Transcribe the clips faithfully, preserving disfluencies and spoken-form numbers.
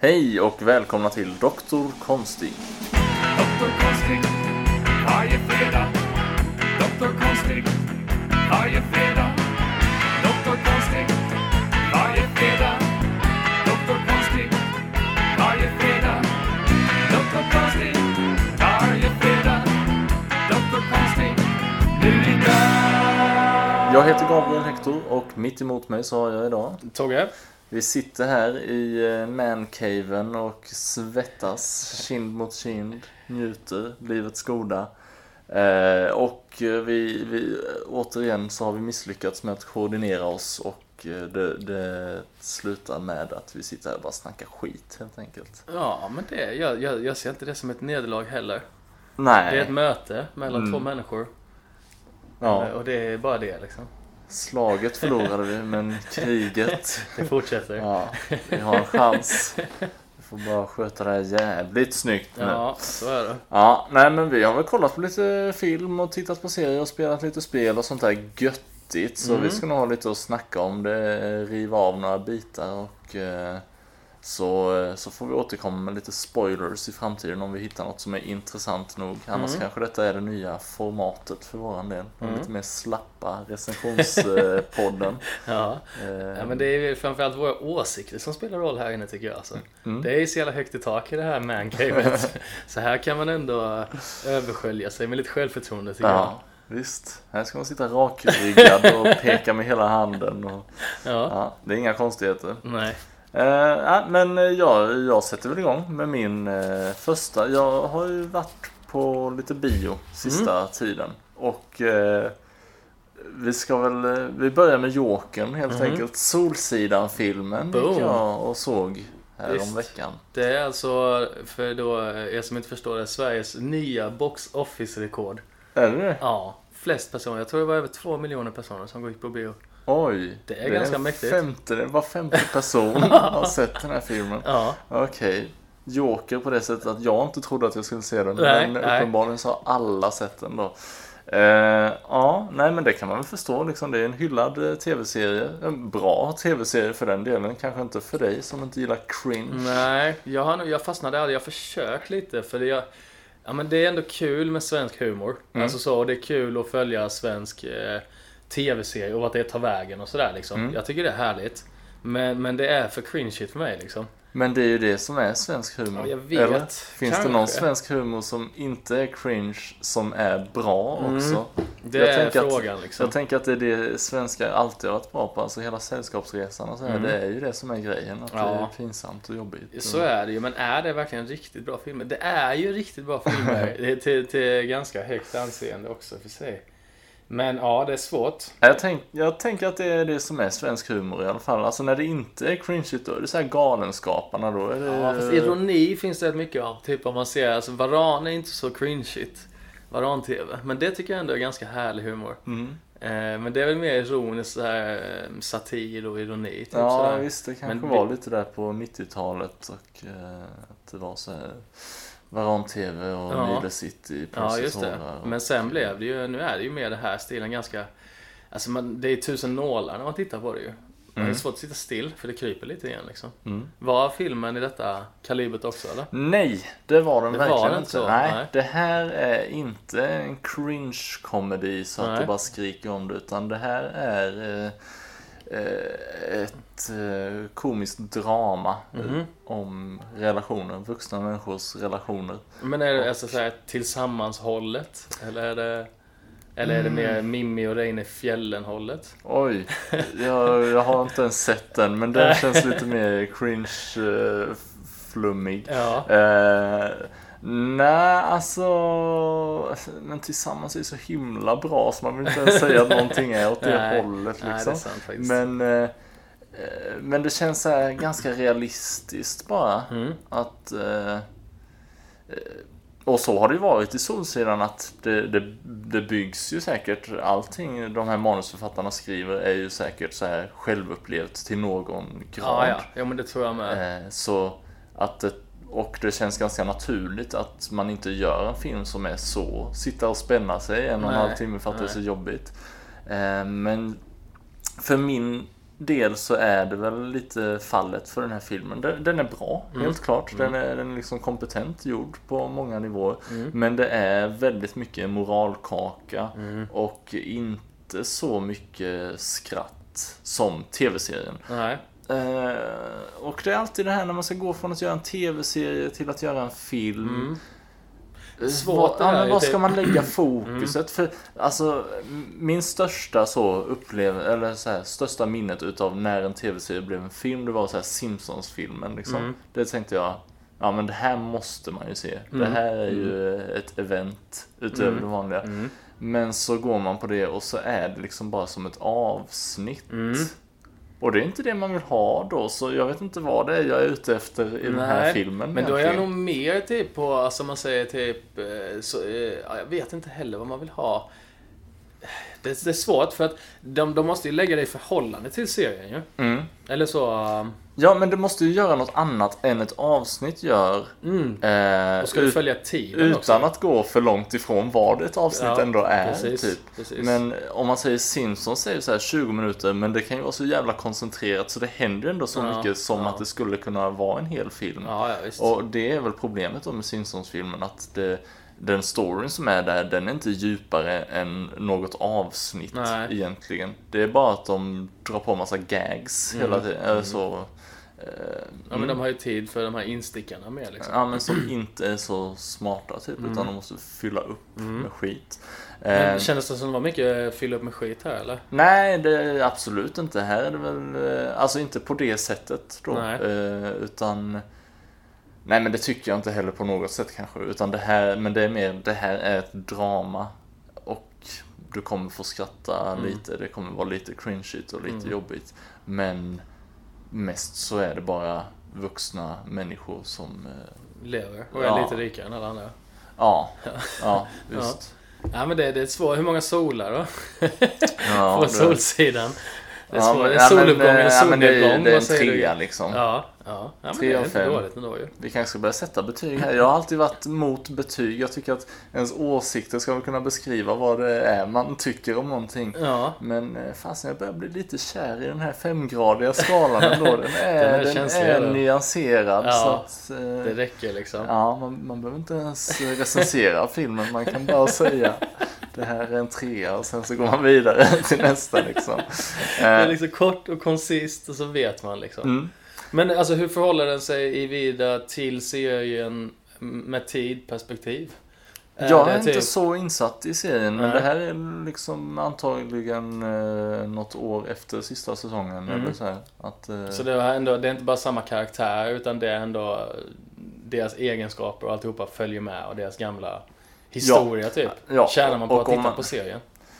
Hej och välkomna till doktor Konstig. doktor Konstig, varje fredag. doktor Konstig, varje fredag. doktor Konstig, varje fredag. doktor Konstig, varje fredag. doktor Konstig, varje fredag. doktor Konstig, nu idag. Jag heter Gabriel Hector och mitt emot mig så har jag idag Togge. Vi sitter här i mancaven och svettas kind mot kind, njuter livets goda. Eh, och vi, vi, återigen så har vi misslyckats med att koordinera oss och det, det slutar med att vi sitter här och bara snackar skit helt enkelt. Ja, men det, jag, jag, jag ser inte det som ett nederlag heller. Nej. Det är ett möte mellan Mm. två människor. Ja. Och det är bara det liksom. Slaget förlorade vi, men kriget, Det fortsätter. ja, vi har en chans. Vi får bara sköta det här jävligt snyggt nu. Ja, så är det. Ja, nej men vi har väl kollat på lite film och tittat på serier och spelat lite spel och sånt där göttigt. Så Mm. vi ska nog ha lite att snacka om det, riva av några bitar och eh, så, så får vi återkomma med lite spoilers i framtiden om vi hittar något som är intressant nog. Annars Mm. kanske detta är det nya formatet för våran del. Mm. Lite mer slappa recensionspodden. Ja. eh, Ja, men det är ju framförallt våra åsikter som spelar roll här inne tycker jag alltså. Mm. Det är ju så jävla högt i tak i det här mancavet. Så här kan man ändå överskölja sig med lite självförtroende tycker Ja, visst. Här ska man sitta rakryggad och peka med hela handen. Och, jag. Ja. ja, det är inga konstigheter. Nej. Uh, ja, men jag, jag sätter väl igång med min uh, första. Jag har ju varit på lite bio sista Mm. tiden. Och uh, vi ska väl, uh, vi börjar med Jokern helt Mm. enkelt. Solsidan-filmen Boom. gick jag och såg här Visst. om veckan. Det är alltså, för då er som inte förstår det, Sveriges nya box office-rekord. Är det det? Ja, flest personer. Jag tror det var över två miljoner personer som gick på bio. Oj, Det är ganska en mäktigt. Femte, det var femte person har sett den här filmen. Ja, Okej. Joker på det sättet att jag inte trodde att jag skulle se den. Nej, men nej. uppenbarligen så har alla sett den då. Eh, ja, nej men det kan man väl förstå. Liksom, det är en hyllad eh, tv-serie. En bra tv-serie för den delen. Kanske inte för dig som inte gillar cringe. nej, jag, har, nog- jag fastnade aldrig. Jag har försökt lite för det, jag, ja, men det är ändå kul med svensk humor. Mm. Alltså så, det är kul att följa svensk eh, tv-serie och vart det tar vägen och sådär liksom. Mm. Jag tycker det är härligt. Men, men det är för cringe shit för mig liksom. Men det är ju det som är svensk humor. Ja, jag vet. Eller? Finns Kanske. det någon svensk humor som inte är cringe som är bra Mm. också? Det Jag är tänker att- frågan liksom. Jag tänker att det är det svenskar alltid har varit bra på. Alltså hela sällskapsresan och så här. Mm. Det är ju det som är grejen. Att Ja. det är pinsamt och jobbigt. Så är det ju, men är det verkligen riktigt bra filmer? Det är ju riktigt bra filmer. Det är till, till ganska högt anseende också för sig. Men ja, det är svårt. Jag, tänk, jag tänker att det är det som är svensk humor i alla fall. Alltså när det inte är cringe då är det så här Galenskaparna då. Är det... Ja, fast ironi finns det rätt mycket av. Typ om man ser, alltså Varan är inte så cringe-igt. Varan-tv. Men det tycker jag ändå är ganska härlig humor. Mm. Eh, men det är väl mer ironiskt så här, eh, satir och ironi. Typ, Ja sådär. visst, det kanske Men var vi- lite där på nittiotalet och eh, att det var så här Varan-tv och Ja. Nile City. Ja, just det. och- Men sen blev det ju, nu är det ju mer det här stilen ganska, alltså man, det är tusen nålar när man tittar på det ju. Det är Mm. svårt att sitta still för det kryper lite igen liksom. Mm. Var filmen i detta kalibret också eller? Nej, det var den Det var verkligen den inte. så, Nej, nej. det här är inte en cringe-komedi så att Nej. det bara skriker om det. Utan det här är eh, eh, ett eh, komiskt drama eh, Mhm. om relationer, vuxna människors relationer. Men är det alltså så här tillsammanshållet? Eller är det, eller är det mer Mimmi och Reine Fjällen-hållet? Oj, jag, jag har inte ens sett den, men den känns lite mer cringe-flummig. Ja. Eh, nej, alltså, men tillsammans är det så himla bra så man vill inte ens säga att någonting är åt det Nej, hållet Nej, det är liksom. sant faktiskt. Men, eh, eh, men det känns så här ganska realistiskt bara Mm. att eh, eh, och så har det ju varit i Solsidan att det, det, det byggs ju säkert allting de här manusförfattarna skriver är ju säkert så här självupplevt till någon grad. Ja, ja. ja, men det tror jag med. Eh, så att det, och det känns ganska naturligt att man inte gör en film som är så sitta och spänna sig en och en Nej, halv timme för att det är nej. så jobbigt. Eh, men för min del så är det väl lite fallet för den här filmen. Den, den är bra, Mm. helt klart. Mm. Den är, den är liksom kompetent gjord på många nivåer. Mm. Men det är väldigt mycket moralkaka Mm. och inte så mycket skratt som tv-serien. Nej. Eh, och det är alltid det här när man ska gå från att göra en tv-serie till att göra en film. Mm. Eh, Svårt vad, det ja, här men är vad typ- ska man lägga fokuset? För alltså, min största så upplev eller så här, största minnet utav när en tv-serie blev en film, det var så här Simpsons-filmen liksom. Mm. Det tänkte jag, ja men det här måste man ju se. Det Mm. här är ju ett event utöver Mm. det vanliga. Mm. Men så går man på det och så är det liksom bara som ett avsnitt. Mm. Och det är inte det man vill ha då, så jag vet inte vad det är jag är ute efter i den här Nej, filmen. Men då är jag egentligen. nog mer typ på, alltså man säger typ, eh, så, eh, ja, jag vet inte heller vad man vill ha. Det, det är svårt för att de, de måste ju lägga det i förhållande till serien ju. Mm. Eller så... um, Ja, men det måste ju göra något annat än ett avsnitt gör. Mm. Eh, Och ska du ut- följa tiden utan också? att gå för långt ifrån vad ett avsnitt Ja, ändå är. precis, Typ. precis. Men om man säger Simpsons är ju så här tjugo minuter, men det kan ju vara så jävla koncentrerat så det händer ju ändå så Ja, mycket som ja. att det skulle kunna vara en hel film. Ja, ja, visst. Och det är väl problemet då med Simpsons-filmen, att det, den storyn som är där, den är inte djupare än något avsnitt. Nej. Egentligen. Det är bara att de drar på massa gags Mm. hela tiden. Eller så, eh, Ja, men de har ju tid för de här instickarna med liksom. ja, men som inte är så smarta typ, Mm. utan de måste fylla upp Mm. med skit. Men Eh, kändes det som det var mycket fylla upp med skit här eller? Nej, det är absolut inte. Här är det väl, eh, alltså inte på det sättet då. Nej. Eh, utan, nej men det tycker jag inte heller på något sätt kanske. Utan det här, men det är mer, det här är ett drama. Och du kommer få skratta Mm. lite, det kommer vara lite cringeigt och lite Mm. jobbigt. Men mest så är det bara vuxna människor som, eh, Lever och är Ja. lite rikare än alla andra. ja, ja, visst. Ja, men det, det är svårt. Hur många solar då? Ja, På det- solsidan. Det är Ja, svårt. men- En ja, men, soluppgång, en eh, ja, men det, är- solnedgång. det är en vad säger du? trea liksom. Ja, ja. ja men Tre det är av inte fem. dåligt ändå ju. Vi kanske ska börja sätta betyg här. Jag har alltid varit mot betyg. Jag tycker att ens åsikter ska väl kunna beskriva vad det är man tycker om någonting. Ja, Men eh, fasen, jag börjar bli lite kär i den här femgradiga skalan ändå. Den är, Den är den känslig, är eller? nyanserad. Ja, så att, eh, det räcker liksom. ja, man, man behöver inte ens recensera filmen. Man kan bara säga det här är en trea och sen så går man vidare till nästa liksom. Det är Eh, liksom kort och koncist och så vet man liksom. mm. Men alltså hur förhåller den sig i vida till serien med tidperspektiv? Jag det är inte typ- så insatt i serien, men Nej. det här är liksom antagligen eh, något år efter sista säsongen. Mm. Eller så här, att, eh, Så det är, ändå, det är inte bara samma karaktär utan det är ändå deras egenskaper och alltihopa följer med och deras gamla historia typ. ja, Tjänar man på och att om titta man- på serien?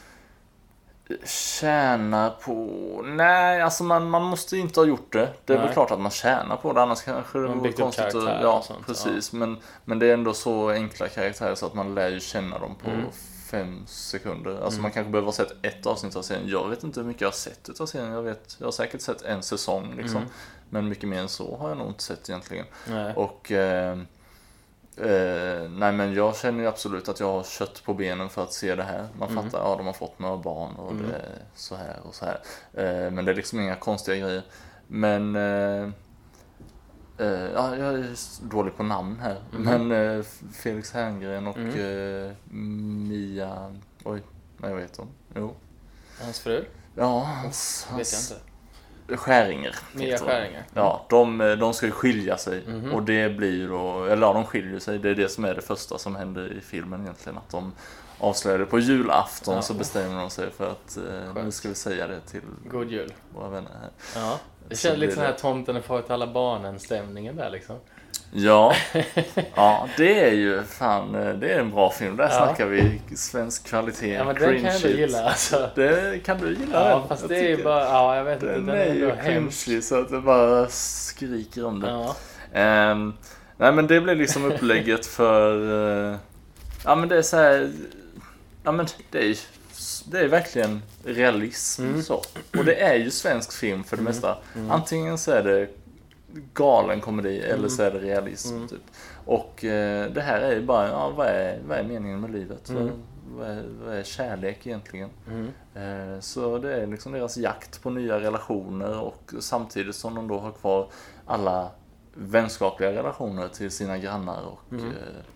Tjänar på... Nej, alltså man, man måste inte ha gjort det. Det är Nej. väl klart att man tjänar på det, annars kanske det Man vore byggt upp konstigt. Att, karaktärer ja, och sånt, precis. Men, men det är ändå så enkla karaktärer så att man lär ju känna dem på Mm. fem sekunder. Alltså Mm. man kanske behöver ha sett ett avsnitt av serien. Jag vet inte hur mycket jag har sett utav serien. Jag, vet, jag har säkert sett en säsong liksom. Mm. Men mycket mer än så har jag nog inte sett egentligen. Nej. Och eh, eh, nej, men jag känner ju absolut att jag har kött på benen för att se det här. Man Mm. fattar, ja, de har fått några barn och Mm. det är så här och så här. Eh, men det är liksom inga konstiga grejer. Men eh, eh, ja, jag är dålig på namn här. Mm. Men eh, Felix Herngren och Mm. eh, Mia, oj, nej jag vet hon. Jo. Hans fru? Ja, hans, Vet jag hans inte. Skäringer. Mia heter de. Skäringer. Ja, de, de ska ju skilja sig. Mhm. Och det blir då, eller ja, de skiljer sig. Det är det som är det första som händer i filmen egentligen. Att de avslöjade på julafton Ja. så bestämmer de sig för att eh, nu Skönt. ska vi säga det till God jul. våra vänner här. Ja. Det Så känns blir lite sån här det. tomten är far till alla barnen-stämningen där liksom. Ja, ja, det är ju fan, eh, det är en bra film. Där Ja. snackar vi svensk kvalitet. Ja, men den kan jag ändå shit. gilla alltså. Det kan du gilla Ja, den. fast Jag det är ju tycker bara, ja jag vet inte, Den den är är ju ändå hemsk. cringy så att det bara skriker om det. Ja. Ehm, nej men det blir liksom upplägget för eh, ja men det är så här, ja men det är det är verkligen realism Mm. så. Och det är ju svensk film för det Mm. mesta. Mm. Antingen så är det galen komedi Mm. eller så är det realism Mm. typ. Och eh, det här är ju bara, ja, vad är, vad är meningen med livet? Mm. Vad, vad, är, vad är kärlek egentligen? Mm. Eh, så det är liksom deras jakt på nya relationer och samtidigt som de då har kvar alla vänskapliga relationer till sina grannar och Mm. eh,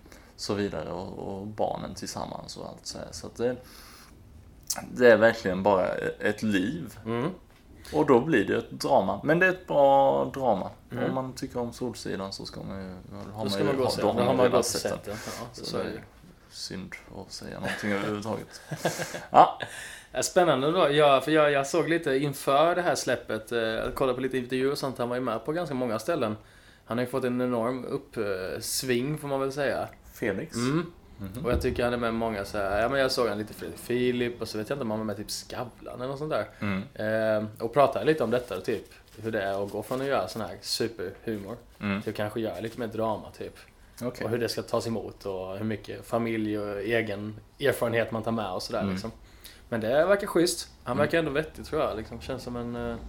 så vidare och, och barnen tillsammans och allt så här. Så att det, det är verkligen bara ett liv. Mm. Och då blir det ett drama. Men det är ett bra drama. Mm. Om man tycker om Solsidan så ska man ju... Har Då ska ju- man gå och har- se då den. har Då har man man redan gått och sett sett den. den. Ja, Så, så är det ju. synd att säga någonting överhuvudtaget. Ja, Ja, spännande då. Ja, för jag, jag såg lite inför det här släppet, eh, jag kollade på lite intervjuer och sånt, han var ju med på ganska många ställen. Han har ju fått en enorm uppsving får man väl säga. Felix. Mm. Mhm. Och jag tycker han är med många så här, ja men jag såg han lite Fredrik Filip och så vet jag inte om han var med typ Skavlan eller något sånt där. Mm. Eh, och pratade lite om detta typ, hur det är att gå från att göra sån här superhumor Mm. till att kanske göra lite mer drama typ. Okej. Och hur det ska tas emot och hur mycket familj och egen erfarenhet man tar med och sådär Mm. liksom. Men det verkar schysst. Han Mm. verkar ändå vettig tror jag liksom. Känns som en uh,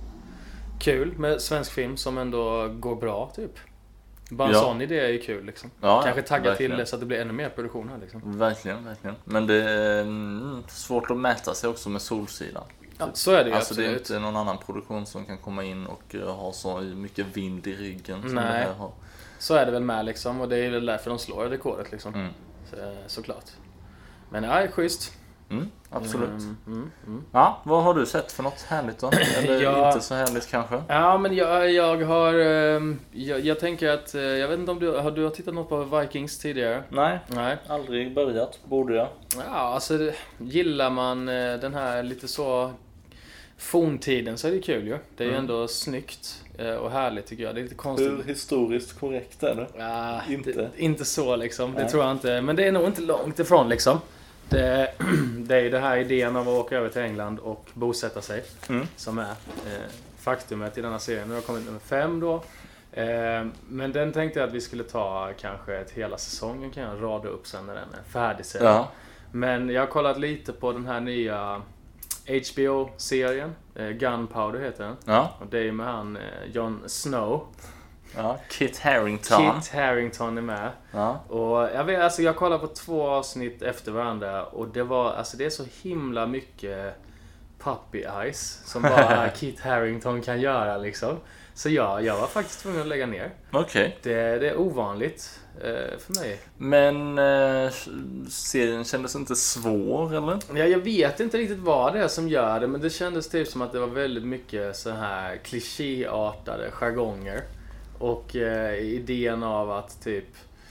kul med svensk film som ändå går bra typ. Bara en Ja. sån idé är ju kul liksom. Ja, Kanske tagga verkligen. till det så att det blir ännu mer produktion här liksom. Verkligen, verkligen. Men det är mm, svårt att mäta sig också med Solsidan. Ja, så är det ju Alltså det är absolut. inte någon annan produktion som kan komma in och uh, ha så mycket vind i ryggen som Nej. det här har. Så är det väl med liksom. Och det är väl därför de slår rekordet liksom. Mm. Så, såklart. Men ja, schysst. Mm, absolut. Mm, mm, mm. Ja, vad har du sett för något härligt då? Eller Ja. inte så härligt kanske? Ja, men jag, jag har... ehm, Jag, jag tänker att... eh, Jag vet inte om du har, du har tittat något på Vikings tidigare? Nej, Nej. aldrig börjat. Borde jag? Ja, alltså det- gillar man eh, den här lite så forntiden så är det kul ju. Det är ju Mm. ändå snyggt eh, och härligt tycker jag. Det är lite konstigt. Hur historiskt korrekt är det? Ja, Inte. Det, inte så liksom, det Nej. tror jag inte. Men det är nog inte långt ifrån liksom. Det, det är ju den här idén av att åka över till England och bosätta sig Mm. som är eh, faktumet i denna serien. Nu har kommit nummer fem då. Eh, men den tänkte jag att vi skulle ta kanske ett hela säsongen kan jag rada upp sen när den är färdig sen. Ja. Men jag har kollat lite på den här nya H B O-serien. Eh, Gunpowder heter den. Ja. Och det är ju med han eh, Jon Snow. Ja. Kit Harington. Kit Harington är med. Ja. Och jag vet, alltså jag kollade på två avsnitt efter varandra och det var, alltså det är så himla mycket puppy eyes som bara Kit Harington kan göra liksom. Så ja, jag var faktiskt tvungen att lägga ner. Okej. Det, det är ovanligt eh, för mig. Men eh, serien kändes inte svår eller? Ja, jag vet inte riktigt vad det är som gör det, men det kändes typ som att det var väldigt mycket så här klichéartade jargonger. Och eh, idén av att typ...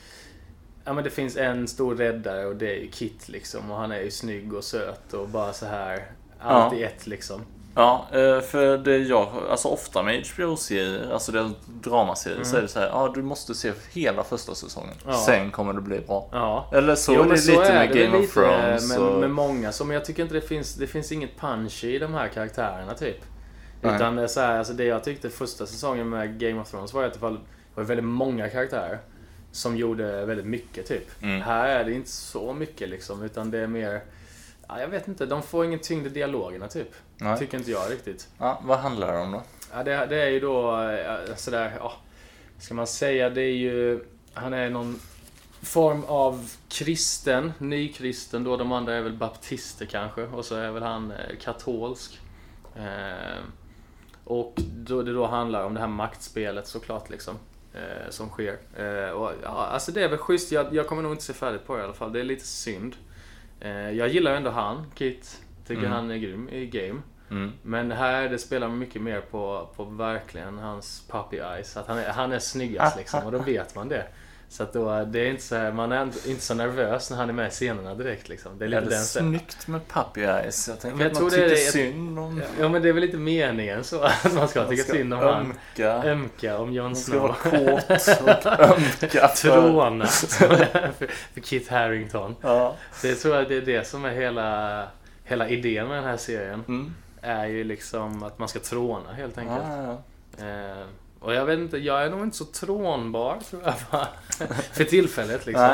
Ja men det finns en stor räddare och det är ju Kit liksom. Och han är ju snygg och söt och bara så här allt Ja. i ett liksom. Ja, eh, för det jag, alltså ofta med H B O-serier, alltså det är dramaserier, Mm. så är det så här, ja du måste se hela första säsongen. Ja. Sen kommer det bli bra. Ja. Eller så Jo, är men det så lite är med det Game väl of Thrones. Men, och... med många så, men jag tycker inte det finns, det finns inget punch i de här karaktärerna typ. Nej. Utan det är så här, alltså det jag tyckte första säsongen med Game of Thrones var i alla fall var väldigt många karaktärer som gjorde väldigt mycket typ. Mm. Här är det inte så mycket liksom, utan det är mer, ja, jag vet inte, de får ingen tyngd i dialogerna typ. Nej. Tycker inte jag riktigt. Ja, vad handlar det om då? Ja, det, det är ju då eh, sådär, ja, ska man säga, det är ju, han är någon form av kristen, nykristen då, de andra är väl baptister kanske, och så är väl han eh, katolsk. Eh, och då det då handlar om det här maktspelet såklart liksom, eh, som sker. Eh, och, ja, alltså det är väl schysst, jag, jag kommer nog inte se färdigt på det i alla fall, det är lite synd. Eh, jag gillar ändå han, Kit, tycker Mm. han är grym i game. Mm. Men här, det spelar mycket mer på, på verkligen hans puppy eyes. Att han är, han är snyggast liksom, och då vet man det. Så att då, det är inte så här, man är inte så nervös när han är med i scenerna direkt liksom. Det är lite Är det den stämningen. snyggt med puppy eyes? Jag tänker Men jag att man tror det tycker är ett- synd om... Ja, men det är väl lite meningen så att man ska Man tycka ska synd om han. ömka. Ömka om Jon Man ska Snow. vara kåt och ömka för... Tråna för, för Kit Harington. Ja. Det tror jag det är det som är hela, hela idén med den här serien. Mm. Är ju liksom att man ska tråna helt enkelt. Ja, ja, ja. Eh, och jag vet inte, jag är nog inte så trånbar tror jag va? För tillfället liksom. Nej.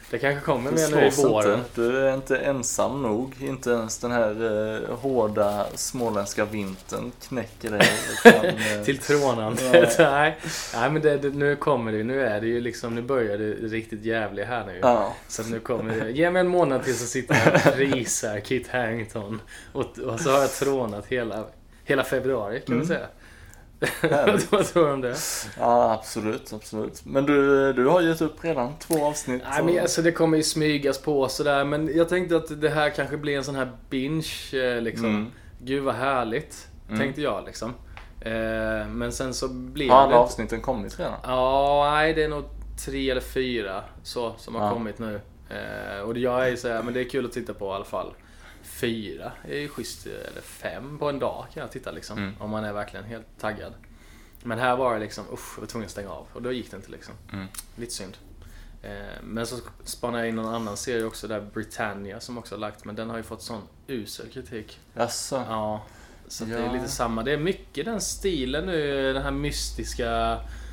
Det kanske kommer Det med nu i slås våren. inte. Du är inte ensam nog. Inte ens den här eh, hårda småländska vintern knäcker dig. Utan, eh, Till trånan. Ja. Nej. Nej, men det, det, nu kommer det. Nu är det ju liksom, nu börjar det riktigt jävligt här nu. ja. Så att nu kommer det. Ge mig en månad till så sitter jag och prisar Kit Harington. Och, och så har jag trånat hela, hela februari kan man säga. Härligt. Vad tror du om det? Ja, absolut, absolut. Men du, du har gett upp redan två avsnitt. Nej, men alltså det kommer ju smygas på sådär. Men jag tänkte att det här kanske blir en sån här binge eh, liksom. Mm. Gud vad härligt, Mm. tänkte jag liksom. Eh, men sen så blir Har alla det... avsnitten kommit redan? Ja, nej det är nog tre eller fyra så som har Ja. kommit nu. Eh, och jag är så här, men det är kul att titta på i alla fall. Fyra är ju schysst, eller fem på en dag kan jag titta liksom. Mm. Om man är verkligen helt taggad. Men här var det liksom, usch, jag var tvungen att stänga av. Och då gick det inte liksom. Mm. Lite synd. Eh, men så spannar jag in någon annan serie också där, Britannia, som också har lagt. Men den har ju fått sån usel kritik. Jaså? Ja, så att det Ja. är lite samma. Det är mycket den stilen nu, den här mystiska,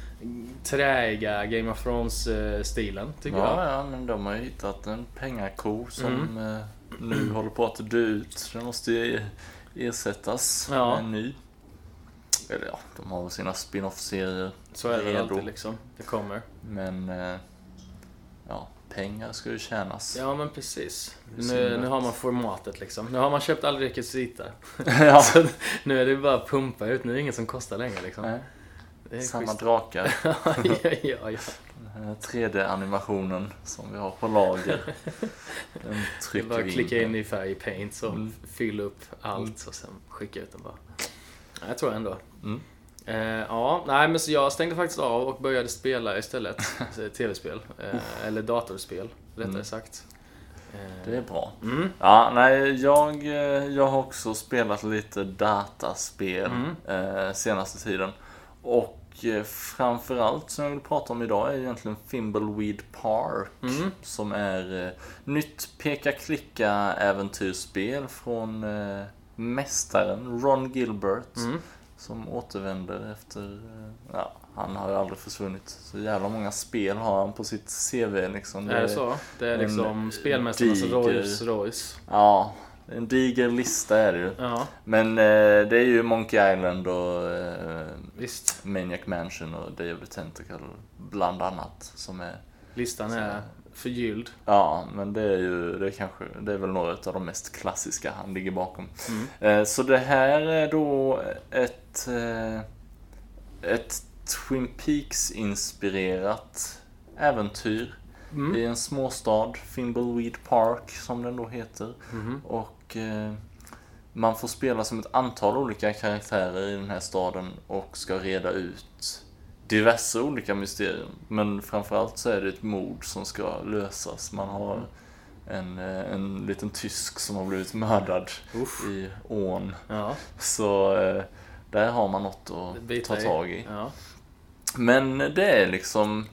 träiga Game of Thrones-stilen, tycker Ja, jag. ja, men de har ju hittat en pengako som Mm. eh, nu håller på att dö ut. Den måste ju ersättas Ja. med en ny. Eller ja, de har sina spin-off-serier Så är det väl redo. alltid liksom. Det kommer. Men eh, ja, pengar ska ju tjänas. Ja, men precis. Det är synd Nu, att- nu har man formatet liksom. Nu har man köpt all rekvisita. Ja. Så nu är det bara att pumpa ut. Nu är det inget som kostar längre liksom. Nej, Det är samma schysst. drakar. ja, ja, ja. Den här tre D-animationen som vi har på lager. Den Det är trycker bara att vi klicka in på. i färg i Paint så Mm. fylla upp allt och sen skicka ut den bara. Ja, jag tror ändå. Mm. Eh, ja, nej men så jag stängde faktiskt av och började spela istället. Tv-spel. Eh, eller datorspel, rättare Mm. sagt. Eh, Det är bra. Mm. Ja, nej, jag, eh, jag har också spelat lite dataspel Mm. eh, senaste tiden. Och eh, framförallt som jag vill prata om idag är egentligen Thimbleweed Park. Mm. Som är eh, nytt peka-klicka-äventyrsspel från eh, mästaren Ron Gilbert. Mm. Som återvänder efter, eh, ja, han har ju aldrig försvunnit. Så jävla många spel har han på sitt C V liksom. Är det så? Det är en liksom spelmästarnas diger- Rolls Royce. Ja, en diger lista är det ju. Ja, Men eh, det är ju Monkey Island och eh, visst. Maniac Mansion och Day of the Tentacle bland annat som är. Listan är förgylld. Ja, men det är ju det är kanske det är väl några av de mest klassiska han ligger bakom. Mm. Eh, så det här är då ett eh, ett Twin Peaks inspirerat äventyr Mm. i en småstad, Thimbleweed Park som den då heter. Mhm. Och eh, man får spela som ett antal olika karaktärer i den här staden och ska reda ut diverse olika mysterier. Men framförallt så är det ett mord som ska lösas. Man har en, eh, en liten tysk som har blivit mördad Uff. i ån. Ja, Så eh, där har man något att bita ta tag i. Ja. Men det är liksom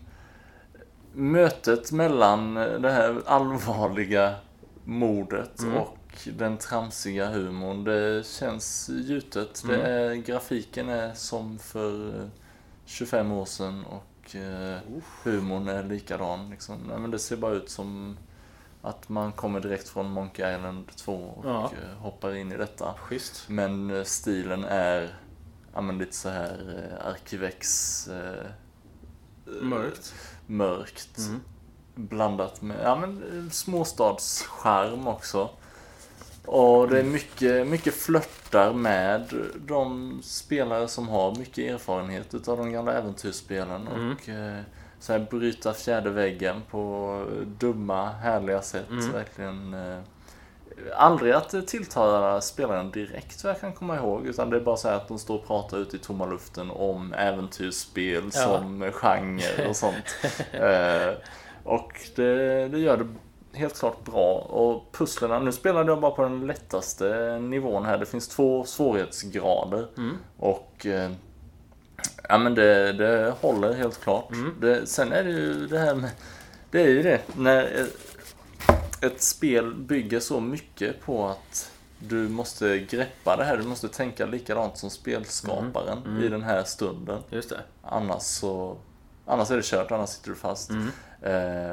mötet mellan det här allvarliga mordet Mm. och den tramsiga humorn. Det känns gjutet. Det är, grafiken är som för eh, tjugofem år sedan och eh, humorn är likadan. Liksom. Nej, men det ser bara ut som att man kommer direkt från Monkey Island två och Ja. eh, hoppar in i detta. Schysst. Men eh, stilen är ja, men lite så här eh, Arkivex eh, Mörkt. mörkt Mm. blandat med ja, men, eh, småstadscharm också. Och det är mycket, mycket flörtar med de spelare som har mycket erfarenhet utav de gamla äventyrsspelen Mm. och eh, så här bryta fjärde väggen på dumma, härliga sätt. Mm. Verkligen eh, aldrig att det tilltalar spelaren direkt vad jag kan komma ihåg, utan det är bara så här att de står och pratar ut i tomma luften om äventyrsspel Ja. som genre och sånt. eh, och det, det gör det helt klart bra. Och pusslerna, nu spelade jag bara på den lättaste nivån här. Det finns två svårighetsgrader. Mm. Och eh, ja, men det, det håller helt klart. Mm. Det, sen är det ju det här med, det är ju det när ett, ett spel bygger så mycket på att du måste greppa det här, du måste tänka likadant som spelskaparen Mm. Mm. i den här stunden. Just det. Annars så annars är det kört, annars sitter du fast. Mm. Eh,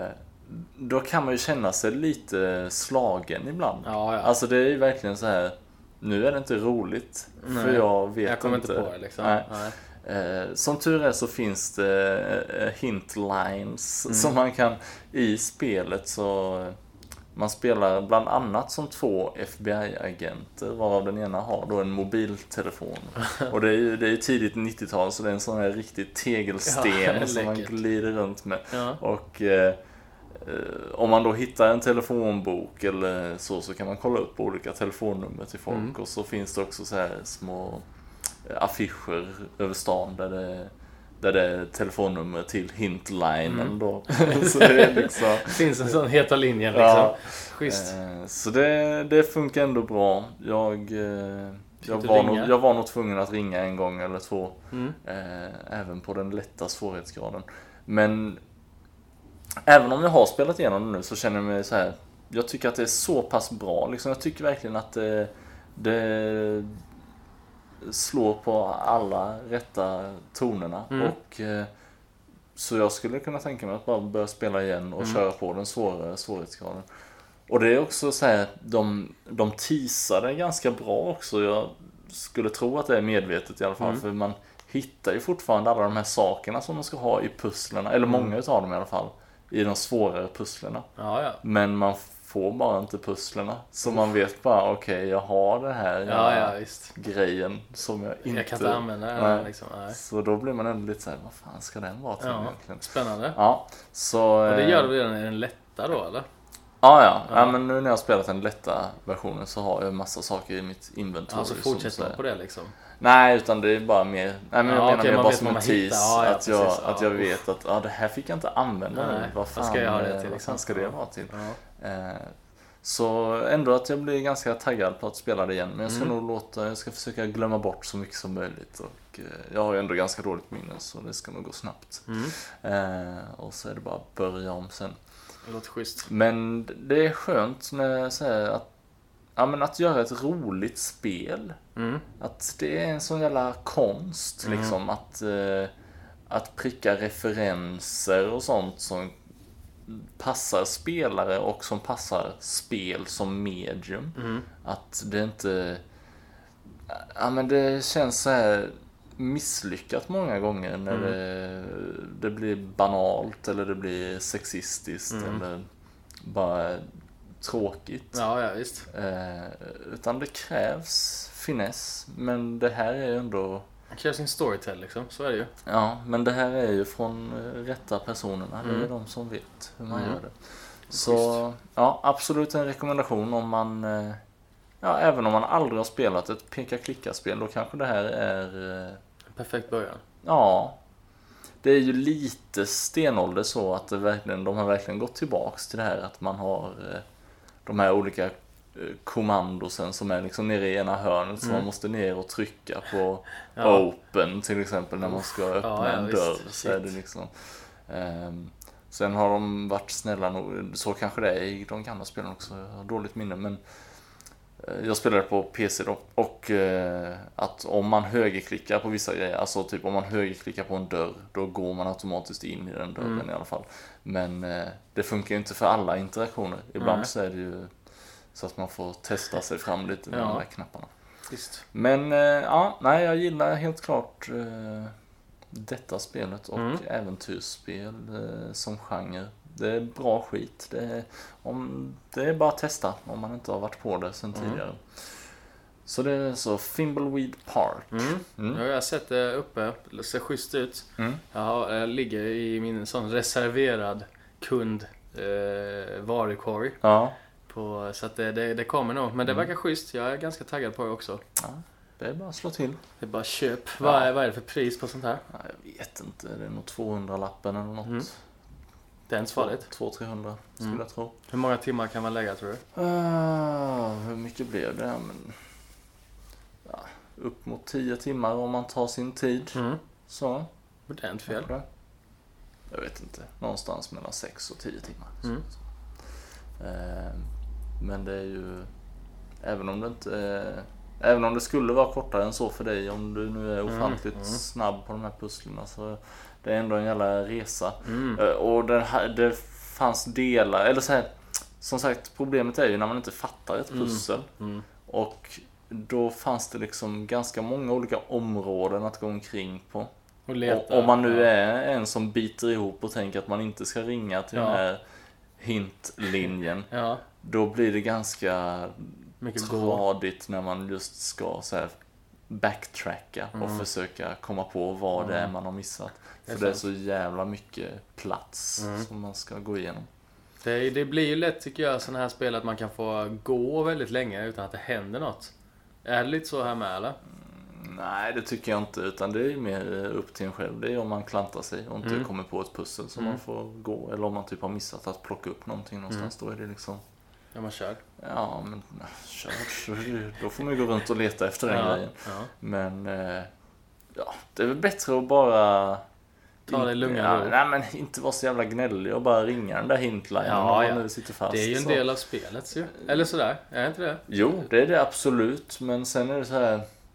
då kan man ju känna sig lite slagen ibland. Ja, ja. Alltså det är ju verkligen så här, nu är det inte roligt. Nej, för jag vet jag kommer inte. inte på det liksom. Nej. Nej. Eh, som tur är så finns det eh, hint lines Mm. som man kan i spelet. Så eh, man spelar bland annat som två F B I-agenter, varav den ena har då en mobiltelefon. Och det är ju det är ju tidigt nittiotal, så det är en sån här riktig tegelsten Ja, som man läckert. glider runt med. Ja. Och eh, eh, om man då hittar en telefonbok eller så, så kan man kolla upp olika telefonnummer till folk. Mm. Och så finns det också så här små affischer över stan där det, där det är telefonnummer till hintlinen Mm. då. Så det är liksom, Det finns en sån heta linjen liksom. ja, Schysst. eh, så det, det funkar ändå bra. Jag, eh, jag, du var ringa? nog, jag var nog tvungen att ringa en gång eller två. Mm. Eh, även på den lätta svårighetsgraden. Men även om jag har spelat igenom det nu så känner jag mig så här. Jag tycker att det är så pass bra. Liksom, jag tycker verkligen att det, det slår på alla rätta tonerna. Mm. Och eh, så jag skulle kunna tänka mig att bara börja spela igen och Mm. köra på den svåra svårighetsgraden. Och det är också så här, de, de teasade ganska bra också. Jag skulle tro att det är medvetet i alla fall. Mm. För man hittar ju fortfarande alla de här sakerna som man ska ha i pusslerna. Eller Mm. många utav dem i alla fall. I de svårare pusslerna. Ja, ja. Men man får bara inte pusslerna. Så man vet bara, okej, okay, jag har det här Ja, ja, visst. grejen som jag inte... Jag kan inte använda den Nej. liksom. Nej. Så då blir man ändå lite så här, vad fan ska den vara till Ja, egentligen? spännande. Ja, så... Och det gör eh, du redan i den lätta då, eller? Ja, ja. Ja. ja, men nu när jag har spelat den lätta versionen så har jag massa saker i mitt inventory. Ja, så som fortsätter så man här- på det liksom. Nej, utan det är bara mer... Nej, men jag Ja, menar okej, mer man bara vet som vad en man tease. hittar. Ja, ja, att jag, precis. att Ja, jag uff. vet att ja, det här fick jag inte använda Nej, nu. Vad fan, vad ska jag ha det till, eh, vad liksom? fan ska det vara till? Ja. Eh, så ändå att jag blir ganska taggad på att spela det igen. Men jag ska Mm. nog låta... Jag ska försöka glömma bort så mycket som möjligt. Och eh, jag har ju ändå ganska dåligt minne, så det ska nog gå snabbt. Mm. Eh, och så är det bara att börja om sen. Det låter schysst. Men det är skönt när jag säger att, ja, men att göra ett roligt spel. Mm. Att det är en sån jävla konst Mm. liksom. Att, eh, att pricka referenser och sånt som passar spelare och som passar spel som medium. Mm. Att det inte... Ja, men det känns så här misslyckat många gånger när Mm. det, det blir banalt eller det blir sexistiskt Mm. eller bara tråkigt. Ja, ja, visst. Eh, utan det krävs finess, men det här är ju ändå... Det krävs sin storytell liksom, så är det ju. Ja, men det här är ju från eh, rätta personerna. Det är Mm. de som vet hur man Mm. gör det. Så ja, absolut en rekommendation om man... Eh, ja, även om man aldrig har spelat ett peka-klicka-spel, då kanske det här är... Eh, Perfekt början. ja, det är ju lite stenålder så att det verkligen, de har verkligen gått tillbaks till det här att man har eh, de här olika eh, kommandosen som är liksom nere i ena hörnet, så Mm. man måste ner och trycka på Ja. open till exempel när man ska öppna Ja, ja, en visst. dörr. Så Shit. är det liksom. Ehm, sen har de varit snälla nog, så kanske det är i de gamla spelen också, jag har dåligt minne, men eh, jag spelade på P C då, och eh, att om man högerklickar på vissa grejer, alltså typ om man högerklickar på en dörr, då går man automatiskt in i den dörren Mm. i alla fall. Men eh, det funkar ju inte för alla interaktioner. Ibland Nej. så är det ju så att man får testa sig fram lite med Ja. de där knapparna. Visst. Men eh, ja, nej, jag gillar helt klart eh, detta spelet och Mm. äventyrsspel eh, som genre. Det är bra skit. Det är, om, det är bara att testa om man inte har varit på det sedan Mm. tidigare. Så det är så Thimbleweed Park. Mm. Mm. Ja, jag har sett det uppe. Det ser schysst ut. Mm. Jag, har, jag ligger i min sån reserverad kund eh, varukorg. Ja, På, så att det, det, det kommer nog. Men det Mm. verkar schysst. Jag är ganska taggad på det också. ja, det är bara att slå till. Det är bara köp. Vad, är, vad är det för pris på sånt här? Ja, jag vet inte, det är nog tvåhundra-lappen eller något. Mm. Det är inte så farligt. två till trehundra skulle Mm. jag tro. Hur många timmar kan man lägga, tror du? Uh, hur mycket blev det? Men, ja, upp mot tio timmar om man tar sin tid. Mm. Så. Det är inte fel. kanske. Jag vet inte. Någonstans mellan sex och tio timmar. Mm. Så. Eh, men det är ju... Även om det inte... Eh, även om det skulle vara kortare än så för dig, om du nu är ofantligt Mm. snabb på de här pusslerna, så det är ändå en jävla resa. Mm. Eh, och det, här, det fanns delar, eller så här, som sagt, problemet är ju när man inte fattar ett pussel. Mm. Mm. Och då fanns det liksom ganska många olika områden att gå omkring på. Och leta. Och om man nu är en som biter ihop och tänker att man inte ska ringa till Ja. den här hintlinjen, Ja. då blir det ganska Mycket tradigt när man just ska så här backtracka och Mm. försöka komma på vad det är Mm. man har missat. Det är För det är sant. så jävla mycket plats Mm. som man ska gå igenom. Det, det blir ju lätt tycker jag sådana här spel att man kan få gå väldigt länge utan att det händer något. Är det lite så här med eller? Nej, det tycker jag inte, utan det är ju mer upp till en själv. Det är om man klantar sig och inte Mm. kommer på ett pussel som Mm. man får gå. Eller om man typ har missat att plocka upp någonting någonstans. Då är det liksom, Ja, man kör. ja men kör, kör. Då får man ju gå runt och leta efter den Ja, grejen. ja. Men eh, ja, det är väl bättre att bara Ta det lugnt och ja, ro. nej men inte vara så jävla gnällig och bara ringa den där hintlinen Ja, om man ja. nu sitter fast. Det är ju en så. del av spelet ju. Eller sådär, är det inte det? Jo, det är det absolut. Men sen är det så här,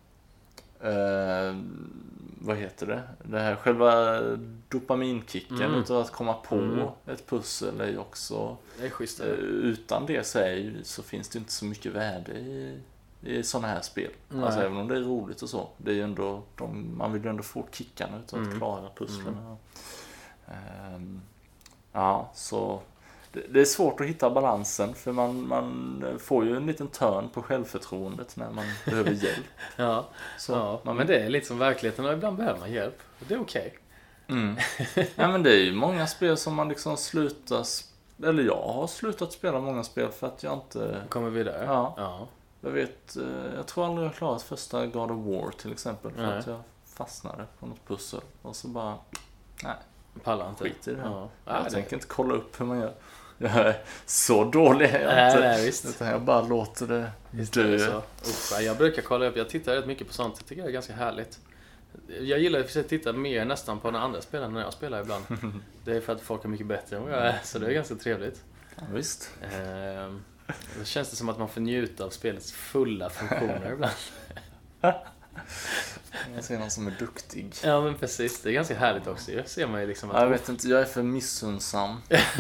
eh, vad heter det? Det här själva dopaminkicken Mm. utav att komma på Mm. ett pussel är ju också, Det är schysst. eh, utan det så, är ju, så finns det inte så mycket värde i, i sådana här spel. Nej. Alltså även om det är roligt och så. Det är ju ändå, de, man vill ju ändå få kickarna utav att Mm. klara pusslen. Ehm, ja, så det, det är svårt att hitta balansen för man, man får ju en liten törn på självförtroendet när man behöver hjälp. Ja, Så ja. man, Men det är lite som verkligheten och ibland behöver man hjälp. Det är okej. mm. Ja, men det är ju många spel som man liksom slutar sp- eller jag har slutat spela många spel för att jag inte, Kommer vidare? Ja. ja. jag vet, eh, jag tror aldrig jag klarat första God of War till exempel för Nej. att jag fastnade på något pussel och så bara, nej, Pallar inte. skit i det här. Ja. Jag Ja, det- tänker inte kolla upp hur man gör. Jag är så dålig är jag Nej, inte. nej, visst. Utan jag bara låter det Visst är det dö. så. Usch, ja, jag brukar kolla upp, jag tittar rätt mycket på sånt. Jag tycker det är ganska härligt. Jag gillar att försöka titta mer nästan på när andra spelar när jag spelar ibland. Det är för att folk är mycket bättre än vad jag är, så det är ganska trevligt. Ja, visst. Ehm, Då känns det som att man får njuta av spelets fulla funktioner ibland. Jag ser någon som är duktig. Ja men precis, det är ganska härligt också. Det ser man ju liksom att... Ja, jag vet inte, jag är för missunnsam.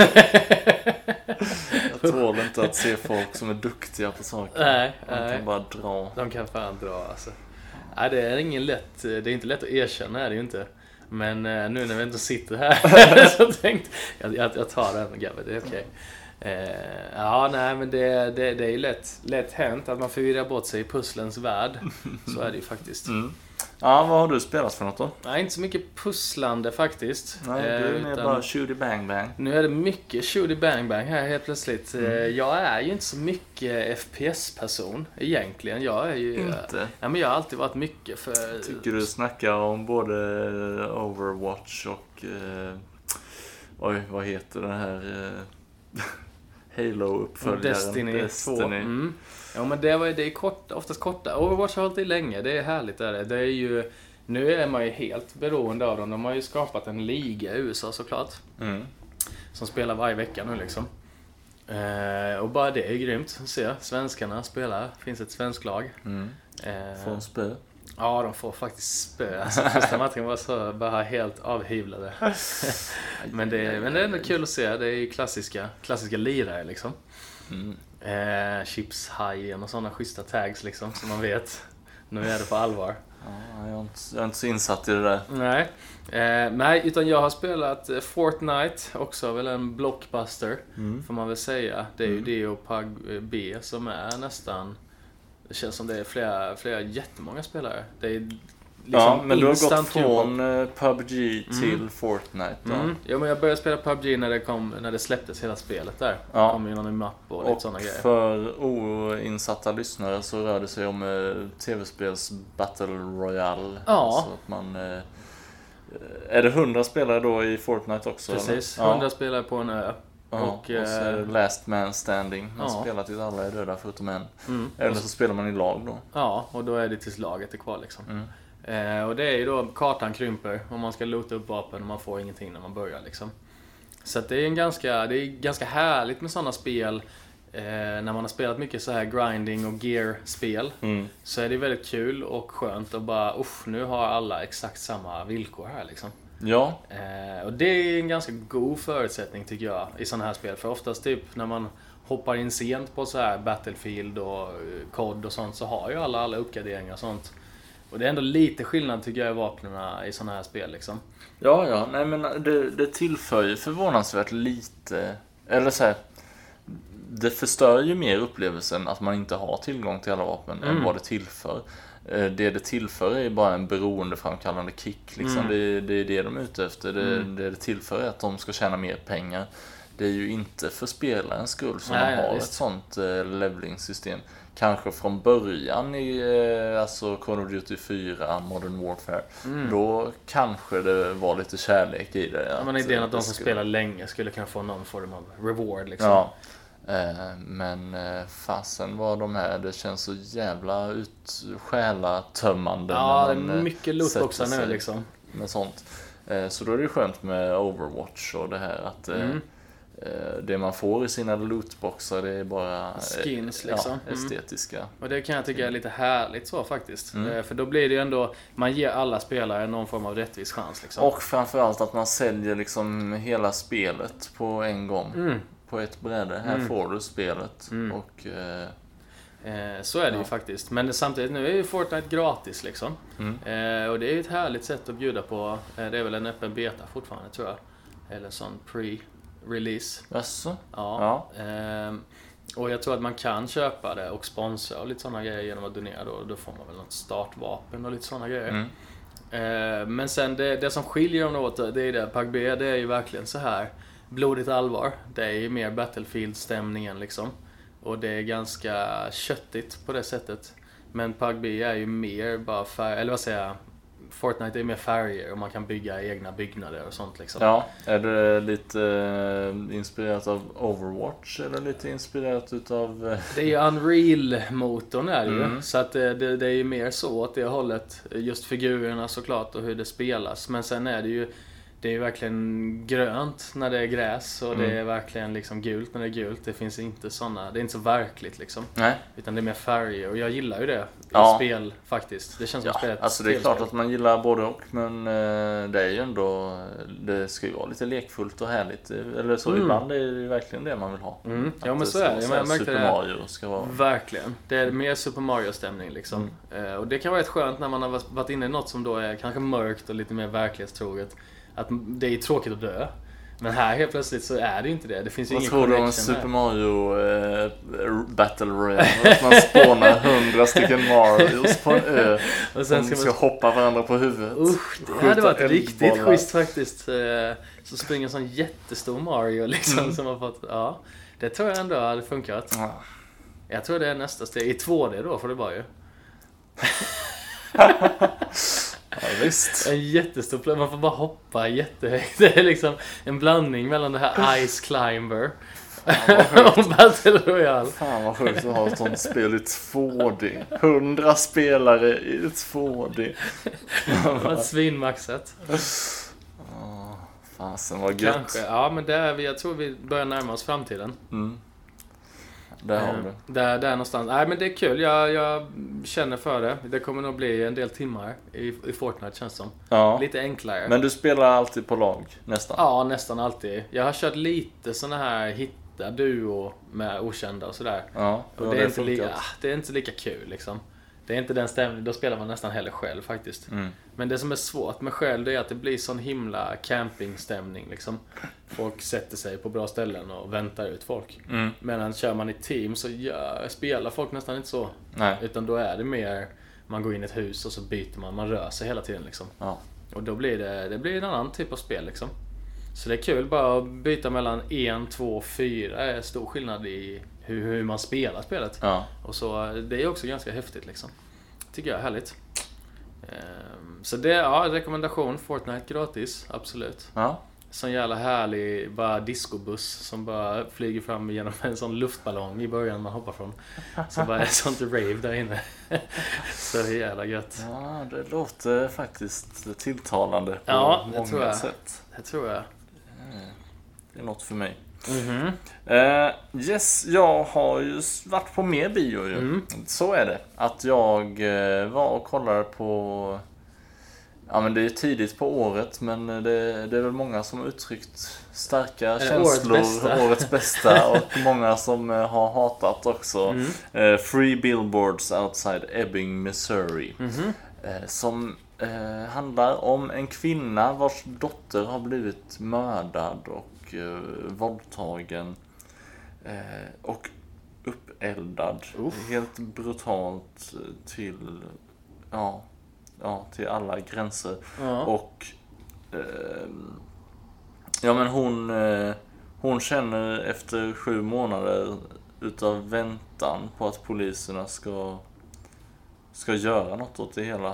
Jag tål inte att se folk som är duktiga på saker. Nej, De nej. kan bara dra. De kan fan dra alltså. Nej, det är ingen lätt, det är inte lätt att erkänna, är det ju inte. Men eh, nu när vi inte sitter här så tänkte jag, jag, jag tar den Gabbe, det är okej. Eh, ja, nej men det, det, det är ju lätt, lätt hänt att man förvirrar bort sig i pusslens värld. Så är det ju faktiskt. Mm. Ja, vad har du spelat för något då? Nej, inte så mycket pusslande faktiskt. Nej, du är mer utan- bara shooty bang bang. Nu är det mycket shooty bang bang här helt plötsligt. Mm. Eh, Jag är ju inte så mycket F P S-person egentligen. Jag är ju... Inte? Ja, men jag har alltid varit mycket för... Tycker du snackar om både Overwatch och eh, oj, vad heter den här eh, Halo-uppföljaren? Destiny, två. Mm. Ja, men det var ju det är kort, oftast korta. Overwatch har hållit i länge, det är härligt. Är det. Det är ju, nu är man ju helt beroende av dem. De har ju skapat en liga i U S A såklart. Mm. Som spelar varje vecka nu liksom. Eh, och bara det är grymt att se. Svenskarna spelar, finns ett svensk lag. Mm. Eh, Får en spö. Ja, de får faktiskt spö. Alltså, första matchen var så bara helt avhyvlade. men, det är, men det är ändå kul att se. Det är ju klassiska, klassiska lirare liksom. Mm. Eh, Chipshajen och sådana schyssta tags liksom, som man vet. Nu är det på allvar. Ja, jag, är inte, jag är inte så insatt i det där. Nej, eh, nej utan jag har spelat eh, Fortnite, också väl en blockbuster, Mm. får man väl säga. Det är ju Mm. det och P U B G som är nästan... Det känns som det är flera, flera jättemånga spelare. Det är liksom Ja, men du har gått instant från eh, P U B G till Mm. Fortnite då. Mm. Ja, men jag började spela P U B G när det, kom, när det släpptes hela spelet där. Ja. Det kom ju någon mapp och lite Och sådana grejer. för oinsatta lyssnare så rör det sig om eh, tv-spels Battle Royale. Ja. Så att man, eh, är det hundra spelare då i Fortnite också? Precis, eller? hundra spelare på en ö. Ja. och, Och, och så är det eh, Last Man Standing. Man ja. spelar tills alla är döda förutom en. Mm. Eller så spelar man i lag då. Ja, och då är det tills laget är kvar liksom. Mm. Eh, och det är ju då, kartan krymper och man ska loota upp vapen och man får ingenting när man börjar liksom. Så att det är en ganska, det är ganska härligt med sådana spel. Eh, när man har spelat mycket så här grinding och gear-spel, Mm. så är det väldigt kul och skönt att bara, uff, nu har alla exakt samma villkor här liksom. Ja. Eh, och det är en ganska god förutsättning tycker jag i sådana här spel. För oftast typ när man hoppar in sent på så här Battlefield och C O D och sånt så har ju alla, alla uppgraderingar och sånt. Och det är ändå lite skillnad tycker jag i vapnena i sådana här spel liksom. Ja, ja. Nej, men det, det tillför ju förvånansvärt lite. Eller så här, det förstör ju mer upplevelsen att man inte har tillgång till alla vapen mm. än vad det tillför. Det det tillför är bara en beroendeframkallande kick. Liksom. Mm. Det, det är det de är ute efter. Det, mm. det det tillför är att de ska tjäna mer pengar. Det är ju inte för spelarens skull som Nej, de har visst. ett sånt eh, levelingssystem. Kanske från början i eh, alltså Call of Duty fyra, Modern Warfare. Mm. Då kanske det var lite kärlek i det. Ja, men idén att de som skulle... spelar länge skulle kunna få någon form av reward liksom. Ja. Eh, men eh, fasen var de här, det känns så jävla utsjälatömmande. Ja, det är mycket lootboxar nu liksom. Med sånt. Eh, så då är det skönt med Overwatch och det här att eh, mm. det man får i sina lootboxar det är bara skins liksom. Ja, estetiska. Mm. Och det kan jag tycka är lite härligt så faktiskt. Mm. För då blir det ju ändå, man ger alla spelare någon form av rättvis chans liksom. Och framförallt att man säljer liksom hela spelet på en gång. Mm. På ett bräde. Här mm. får du spelet. Mm. Och eh, eh, så är det ja. ju faktiskt. Men det, samtidigt nu är ju Fortnite gratis liksom. Mm. Eh, och det är ju ett härligt sätt att bjuda på. Eh, det är väl en öppen beta fortfarande tror jag. Eller sån pre release. Jaså? Ja. ja. Ehm, och jag tror att man kan köpa det och sponsra och lite sådana grejer genom att donera då. Då får man väl något startvapen och lite sådana grejer. Mm. Ehm, men sen det, det som skiljer dem åt det är det. P U B G det är ju verkligen så här blodigt allvar. Det är ju mer Battlefield-stämningen liksom. Och det är ganska köttigt på det sättet. Men P U B G är ju mer bara färg, eller vad säger jag? Fortnite är mer färger och man kan bygga egna byggnader och sånt liksom. Ja, är det lite eh, inspirerat av Overwatch eller lite inspirerat utav... Eh... Det är ju Unreal-motorn är det ju. Mm. Så att det, det, det är ju mer så åt det hållet. Just figurerna såklart och hur det spelas. Men sen är det ju det är ju verkligen grönt när det är gräs och mm. det är verkligen liksom gult när det är gult. Det finns inte såna, det är inte så verkligt liksom. Nej. Utan det är mer färger och jag gillar ju det ja. i spel faktiskt. Det känns som ja, att spela ett alltså det är klart att man gillar både och men eh, det är ju ändå det ska ju vara lite lekfullt och härligt eller så mm. ibland är det verkligen det man vill ha. Mm. Ja men så är det. Jag märkte Super det. Mario ska vara verkligen. Det är mer Super Mario stämning liksom. Mm. Eh, och det kan vara rätt skönt när man har varit inne i något som då är kanske mörkt och lite mer verklighetstroget. Att det är tråkigt att dö. Men här helt plötsligt så är det inte det. Det finns ju ingen connection. Vad tror du om Super Mario eh, Battle Royale? Att man spånar hundra stycken Marios på en ö. Och sen ska, ska man... hoppa varandra på huvudet. Usch, det hade varit riktigt schysst faktiskt. Så springer en sån jättestor Mario liksom mm. som har fått... Ja, det tror jag ändå hade funkat. Ja. Jag tror det är nästa steg. I två D då får det bara ju. Ja, visst. En jättestor plats, man får bara hoppa jättehögt. Det är liksom en blandning mellan det här Ice Climber och Battle Royale. Fan vad sjukt att ha ett sånt spel i två D. Hundra spelare i två D. Vad svinmaxat. Åh, fasen vad gött. Kanske, ja men det är vi, jag tror vi börjar närma oss framtiden. Mm. Där har du. Där, där någonstans. Nej men det är kul, jag, jag känner för det. Det kommer nog bli en del timmar i, i Fortnite känns som. Ja. Lite enklare. Men du spelar alltid på lag, nästan? Ja, nästan alltid. Jag har kört lite såna här hitta duo med okända och sådär. Ja, och det, är inte lika, det är inte lika kul liksom. Det är inte den stämningen, då spelar man nästan hellre själv faktiskt. Mm. Men det som är svårt med själv det är att det blir sån himla campingstämning liksom. Folk sätter sig på bra ställen och väntar ut folk. Mm. Medan kör man i team så ja, spelar folk nästan inte så. Nej. Utan då är det mer, man går in i ett hus och så byter man, man rör sig hela tiden liksom. Ja. Och då blir det, det blir en annan typ av spel liksom. Så det är kul bara att byta mellan en, två, fyra är stor skillnad i hur, hur man spelar spelet. Ja. Och så det är också ganska häftigt liksom. Tycker jag är härligt. Ehm, så det är ja, rekommendation Fortnite gratis, absolut. Ja. Sån jävla härlig bara discobuss som bara flyger fram genom en sån luftballong i början man hoppar från. Så bara är sånt rave där inne. Så det är jävla gött. Ja, det låter faktiskt tilltalande på ja, det många tror jag. sätt. Det tror jag. Det är något för mig. Mm-hmm. Uh, yes, jag har ju varit på mer bio ju. Mm. Så är det. Att jag uh, var och kollade på Ja, men det är tidigt på året, men det, det är väl många som har uttryckt starka det känslor, årets bästa? årets bästa och många som eh, har hatat också. Mm. Eh, Free Billboards Outside Ebbing, Missouri. Mhm. Eh, som eh, handlar om en kvinna vars dotter har blivit mördad och eh, våldtagen eh, och uppeldad. Uff. Helt brutalt till, ja, ja, till alla gränser. Ja. Och eh, ja, men hon eh, hon känner efter sju månader utav väntan på att poliserna ska ska göra något åt det hela,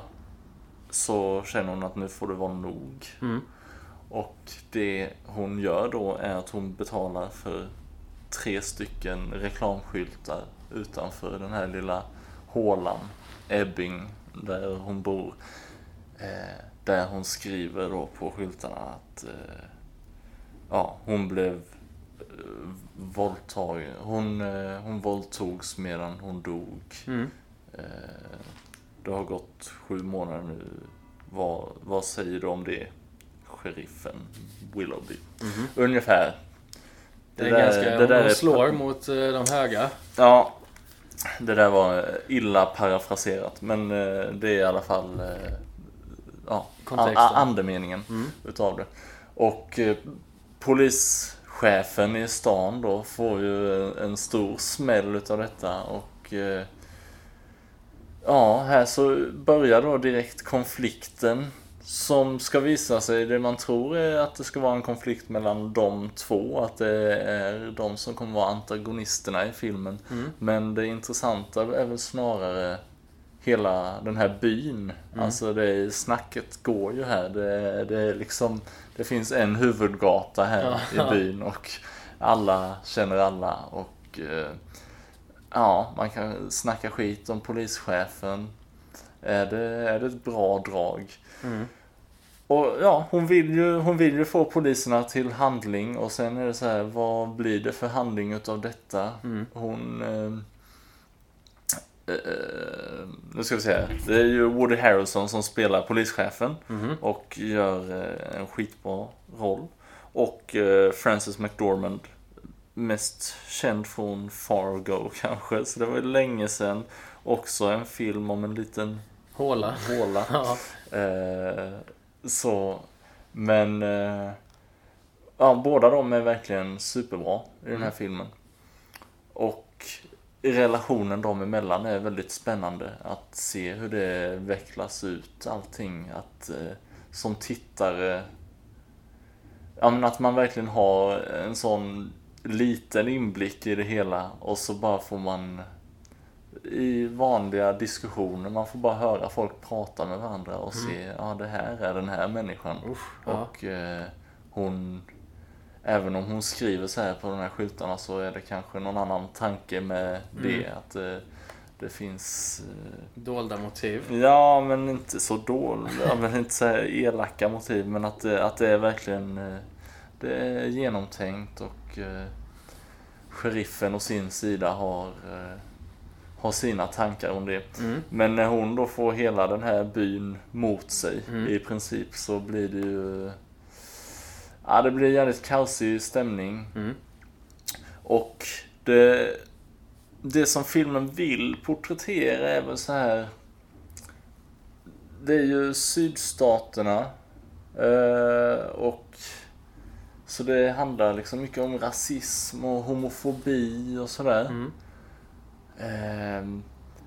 så känner hon att nu får det vara nog. Mm. Och det hon gör då är att hon betalar för tre stycken reklamskyltar utanför den här lilla hålan, Ebbing, där hon bor. Eh, där hon skriver då på skyltarna att eh, ja, hon blev eh, våldtagen. Hon, eh, hon våldtogs medan hon dog. Mm. Eh, det har gått sju månader nu. Vad, vad säger du om det, sheriffen Willoughby? Mhm. Ungefär. Det är där- ganska, det där hon är- slår mot eh, de höga. Ja, det där var illa parafraserat, men eh, det är i alla fall eh, ja, Kontexten. a- andemeningen Mm. utav det. Och eh, polischefen i stan då får ju en, en stor smäll utav detta, och eh, ja, här så börjar då direkt konflikten som ska visa sig, det man tror är att det ska vara en konflikt mellan de två, att det är de som kommer vara antagonisterna i filmen. Mm. Men det intressanta är väl snarare hela den här byn. Mm. Alltså det är, snacket går ju här. Det, det är liksom, det finns en huvudgata här Ja. i byn och alla känner alla, och eh, ja, man kan snacka skit om polischefen. Är det, är det ett bra drag? Mm. Och ja, hon vill ju, hon vill ju få poliserna till handling, och sen är det så här, vad blir det för handling utav detta? Mm. Hon eh, eh, nu ska vi se, det är ju Woody Harrelson som spelar polischefen Mhm. och gör eh, en skitbra roll, och eh, Frances McDormand, mest känd från Fargo kanske, så det var ju länge sedan. Också en film om en liten Håla. håla. Ja. Eh, så, men eh, ja, båda de är verkligen superbra i den här Mm. filmen. Och relationen dem emellan är väldigt spännande att se hur det vecklas ut allting. Att eh, som tittare, ja, men att man verkligen har en sån liten inblick i det hela, och så bara får man i vanliga diskussioner, man får bara höra folk prata med varandra och se, ja, det här är den här människan. Usch, ja. Och eh, hon, även om hon skriver så här på de här skyltarna, så är det kanske någon annan tanke med det, Mm. att eh, det finns eh, Dolda motiv. ja, men inte så dåliga, men inte så här elaka motiv, men att, det- att det är verkligen eh, det är genomtänkt, och eh, sheriffen å sin sida har eh, har sina tankar om det. Mm. Men när hon då får hela den här byn mot sig Mm. i princip, så blir det ju, ja, det blir jävligt kaosig stämning. Mm. Och det, det som filmen vill porträttera är väl så här, det är ju sydstaterna, eh, och så det handlar liksom mycket om rasism och homofobi och sådär. Mm. Ehm,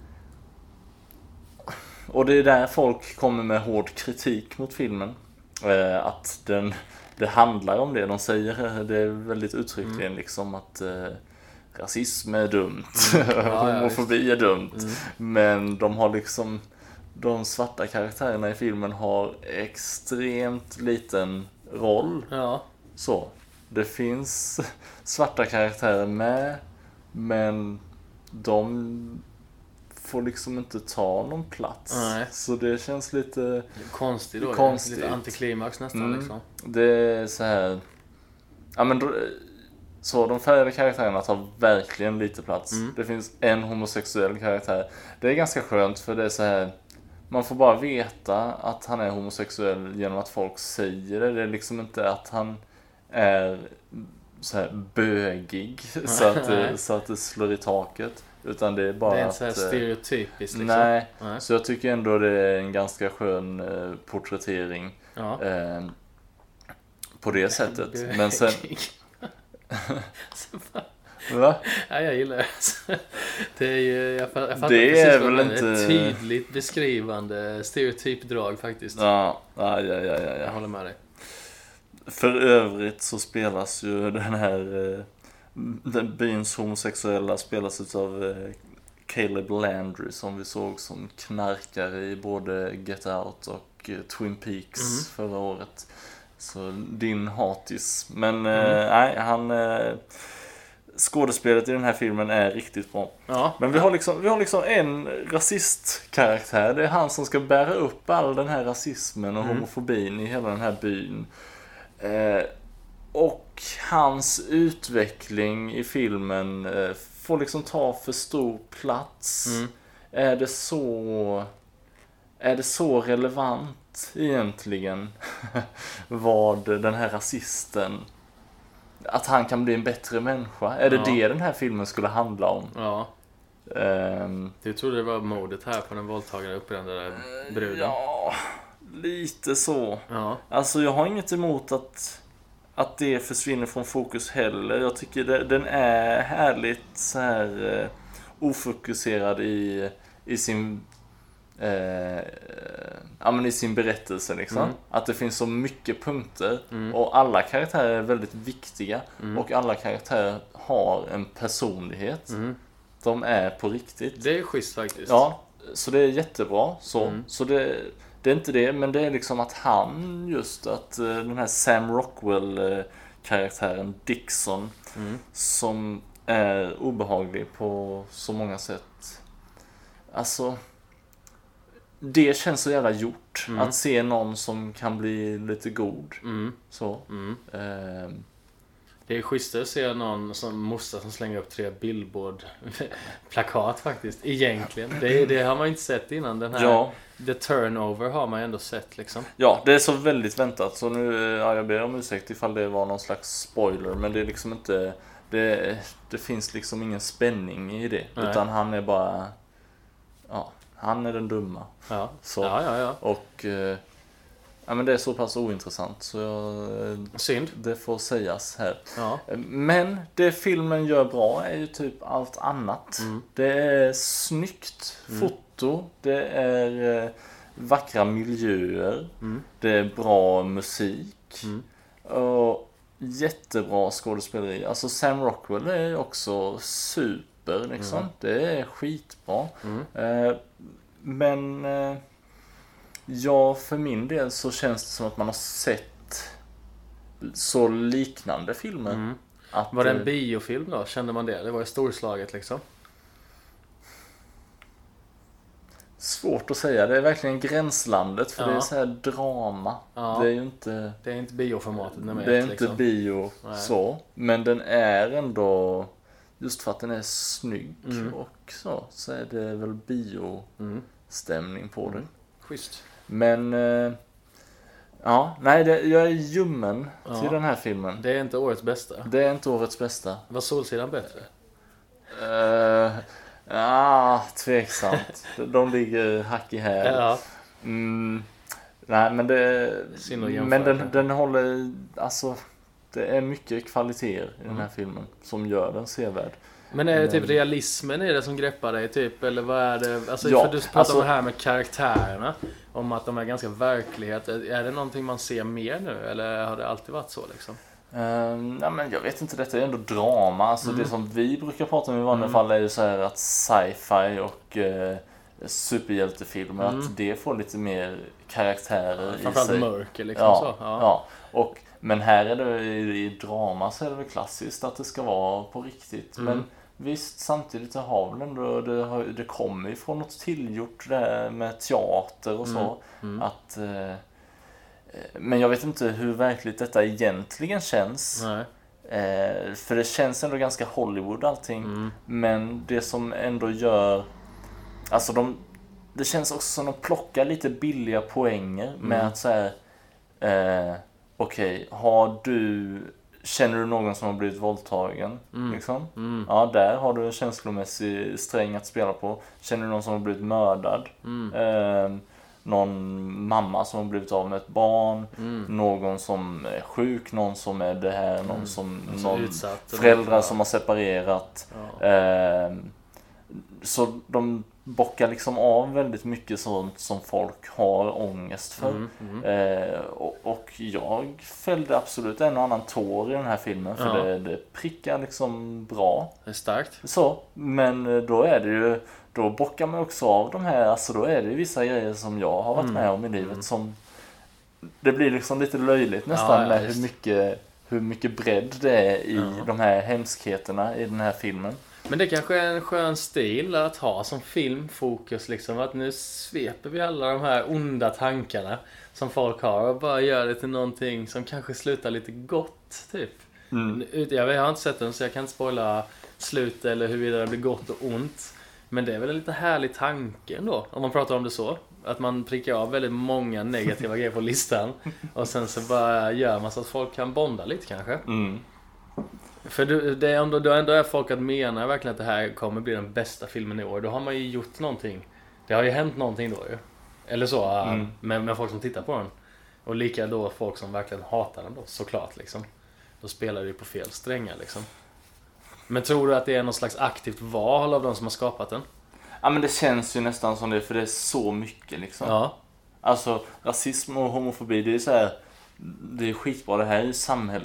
och det är där folk kommer med hård kritik mot filmen. Eh, att den, det handlar om det. De säger, det är väldigt uttryckligen Mm. liksom att eh, rasism är dumt. Mm. Ja, ja, Homofobi är dumt. Mm. Men de har liksom, de svarta karaktärerna i filmen har extremt liten roll. Ja. Så, det finns svarta karaktärer med, men de får liksom inte ta någon plats. Nej. Så det känns lite, Konstigt då. Konstigt. Lite antiklimax nästan Mm. liksom. det är så här, ja, men då, så de färgade karaktärerna tar verkligen lite plats. Mm. Det finns en homosexuell karaktär. Det är ganska skönt, för det är så här, man får bara veta att han är homosexuell genom att folk säger det. Det är liksom inte att han är så här bögig så att, det, så att det slår i taket. Utan det är bara det är att... inte så här stereotypiskt liksom. Nej, nej, så jag tycker ändå det är en ganska skön eh, porträttering ja. eh, på det sättet. Men sen... Va? Ja, jag gillar det. Det är ju, jag fattar, jag fattar det precis är vad väl det inte... är. Tydligt beskrivande stereotypdrag faktiskt. Ja, ja, ja, ja, ja. Jag håller med dig. För övrigt så spelas ju den här eh, den byns homosexuella spelas utav eh, Caleb Landry som vi såg som knarkare i både Get Out och eh, Twin Peaks mm. förra året. Så din hatis. Men eh, mm. nej, han eh, skådespelet i den här filmen är riktigt bra. Ja. Men vi har liksom vi har liksom en rasistkaraktär. Det är han som ska bära upp all den här rasismen och mm. homofobin i hela den här byn. Eh, och hans utveckling i filmen eh, får liksom ta för stor plats. Mm. Är det så är det så relevant egentligen vad den här rasisten, att han kan bli en bättre människa? Är det ja. det den här filmen skulle handla om? Ja. Um, du trodde det var mordet här på den våldtagare uppbrända bruden? Ja, lite så. Ja. Alltså jag har inget emot att att det försvinner från fokus heller. Jag tycker det, den är härligt så här uh, ofokuserad i i sin uh, ja men i sin berättelse liksom. Mm. Att det finns så mycket punkter mm. och alla karaktärer är väldigt viktiga mm. och alla karaktärer har en personlighet. Mm. De är på riktigt. Det är schysst faktiskt. Ja, så det är jättebra så mm. så det Det är inte det, men det är liksom att han just att uh, den här Sam Rockwell-karaktären Dixon mm. som är obehaglig på så många sätt. Alltså det känns så jävla gjort mm. att se någon som kan bli lite god. Mm. Så. Mm. Uh, Det är schysst att se någon som moster som slänger upp tre billboard-plakat faktiskt, egentligen. Det, det har man inte sett innan. Den här ja. The Turnover har man ändå sett liksom. Ja, det är så väldigt väntat. Så nu, ja, jag ber om ursäkt ifall det var någon slags spoiler. Men det är liksom inte, det, det finns liksom ingen spänning i det. Nej. Utan han är bara, ja, han är den dumma. Ja, så. ja, ja, ja. Och... Ja, men det är så pass ointressant så jag, synd. Det får sägas här. Ja. Men det filmen gör bra är ju typ allt annat. Mm. Det är snyggt mm. foto, det är eh, vackra miljöer, mm. det är bra musik mm. och jättebra skådespeleri. Alltså Sam Rockwell är också super liksom. Mm. Det är skitbra. Mm. Eh, men eh, ja, för min del så känns det som att man har sett så liknande filmer. Mm. Att, var det en biofilm då? Kände man det? Det var ju storslaget liksom. Svårt att säga. Det är verkligen gränslandet. För ja. Det är så här drama. Ja. Det är ju inte... Det är inte bioformatet. Det är inte liksom. Bio Nej. Så. Men den är ändå... Just för att den är snygg mm. och så. Så är det väl biostämning på den. Schysst. Men eh, ja, nej det, jag är ljummen ja. Till den här filmen. Det är inte årets bästa. Det är inte årets bästa. Var Solsidan bättre? Uh, ja, tveksamt. De ligger hack i häl. Ja. Mm, nej, men det men den, den håller alltså det är mycket kvaliteter i mm. den här filmen som gör den sevärd. Men är det typ realismen i det som greppar dig typ? Eller vad är det? Alltså, ja, för du pratar alltså, om det här med karaktärerna. Om att de är ganska verklighet. Är det någonting man ser mer nu? Eller har det alltid varit så liksom? Uh, nej, men jag vet inte, detta är ändå drama. Alltså mm. det som vi brukar prata om i vanliga mm. fall är ju så här att sci-fi och uh, superhjältefilmer mm. att det får lite mer karaktärer ja, i sig. Framförallt mörker liksom ja, så. Ja. ja. Och, men här är det i, i drama så är det väl klassiskt att det ska vara på riktigt. Mm. Men visst, samtidigt så har väl ändå det, har, det kommer ifrån något tillgjort där med teater och så. Mm. Mm. Att, eh, men jag vet inte hur verkligt detta egentligen känns. Nej. Eh, för det känns ändå ganska Hollywood allting. Mm. Men det som ändå gör... Alltså de, det känns också som att de plockar lite billiga poänger med Mm. att säga eh, okej, okay, har du känner du någon som har blivit våldtagen Mm. liksom? Mm. Ja, där har du en känslomässig sträng att spela på. Känner du någon som har blivit mördad? Mm. Eh, någon mamma som har blivit av med ett barn, Mm. någon som är sjuk, någon som är det här, någon Mm. som, Någon som är någon utsatt, föräldrar eller- som har separerat. Ja. Eh, så de bockar liksom av väldigt mycket sånt som folk har ångest för. Mm. Mm. Eh, och, och jag fällde absolut en och annan tår i den här filmen, för Ja. det, det prickar liksom bra. Det är starkt. Så, men då är det ju, då bockar man också av de här, alltså då är det ju vissa grejer som jag har varit Mm. med om i livet Mm. som det blir liksom lite löjligt nästan Ja, ja, med visst. hur mycket, hur mycket bredd det är i Ja. de här hemskheterna i den här filmen. Men det kanske är en skön stil att ha som filmfokus liksom, att nu sveper vi alla de här onda tankarna som folk har och bara gör det till någonting som kanske slutar lite gott typ. Mm. Ut- Jag, vet, jag har inte sett den så jag kan inte spoila slut eller huruvida det blir gott och ont. Men det är väl en lite härlig tanke ändå, om man pratar om det så. Att man prickar av väldigt många negativa grejer på listan och sen så bara gör man så att folk kan bonda lite kanske. Mm. För du, det är ändå, då ändå är folk att mena verkligen att det här kommer bli den bästa filmen i år. Då har man ju gjort någonting. Det har ju hänt någonting då ju. Eller så, Mm. med, med folk som tittar på den. Och lika då folk som verkligen hatar den då, såklart liksom. Då spelar det ju på fel strängar liksom. Men tror du att det är någon slags aktivt val av de som har skapat den? Ja, men det känns ju nästan som det, för det är så mycket liksom. Ja. Alltså, rasism och homofobi, det är så här, det är skitbra. Det här är ju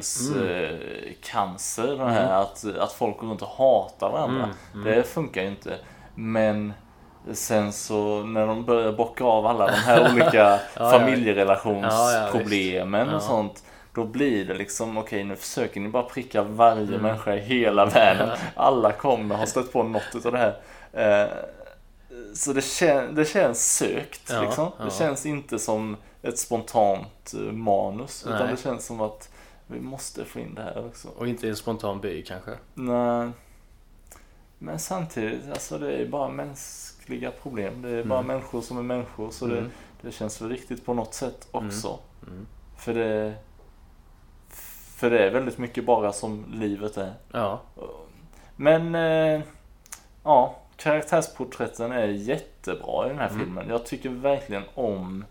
samhällscancer, Mm. eh, det här att, att folk går runt och hatar varandra. Mm, mm. Det funkar ju inte. Men sen så när de börjar bocka av alla de här olika ja, ja. familjerelationsproblemen Ja, ja, och sånt, då blir det liksom, okej, okay, nu försöker ni bara pricka varje mm. människa i hela världen. Alla kommer ha stött på något av det här. Eh, så det, kän, det känns sökt Ja, liksom. ja. Det känns inte som ett spontant uh, manus. Nej. Utan det känns som att vi måste få in det här också. Och inte i en spontan by kanske. Nej. Men samtidigt, alltså det är bara mänskliga problem. Det är bara Mm. människor som är människor. Så Mm. det, det känns väl riktigt på något sätt också. Mm. För det För det är väldigt mycket bara som livet är. Ja. Men eh, ja, karaktärsporträtten är jättebra i den här Mm. filmen. Jag tycker verkligen om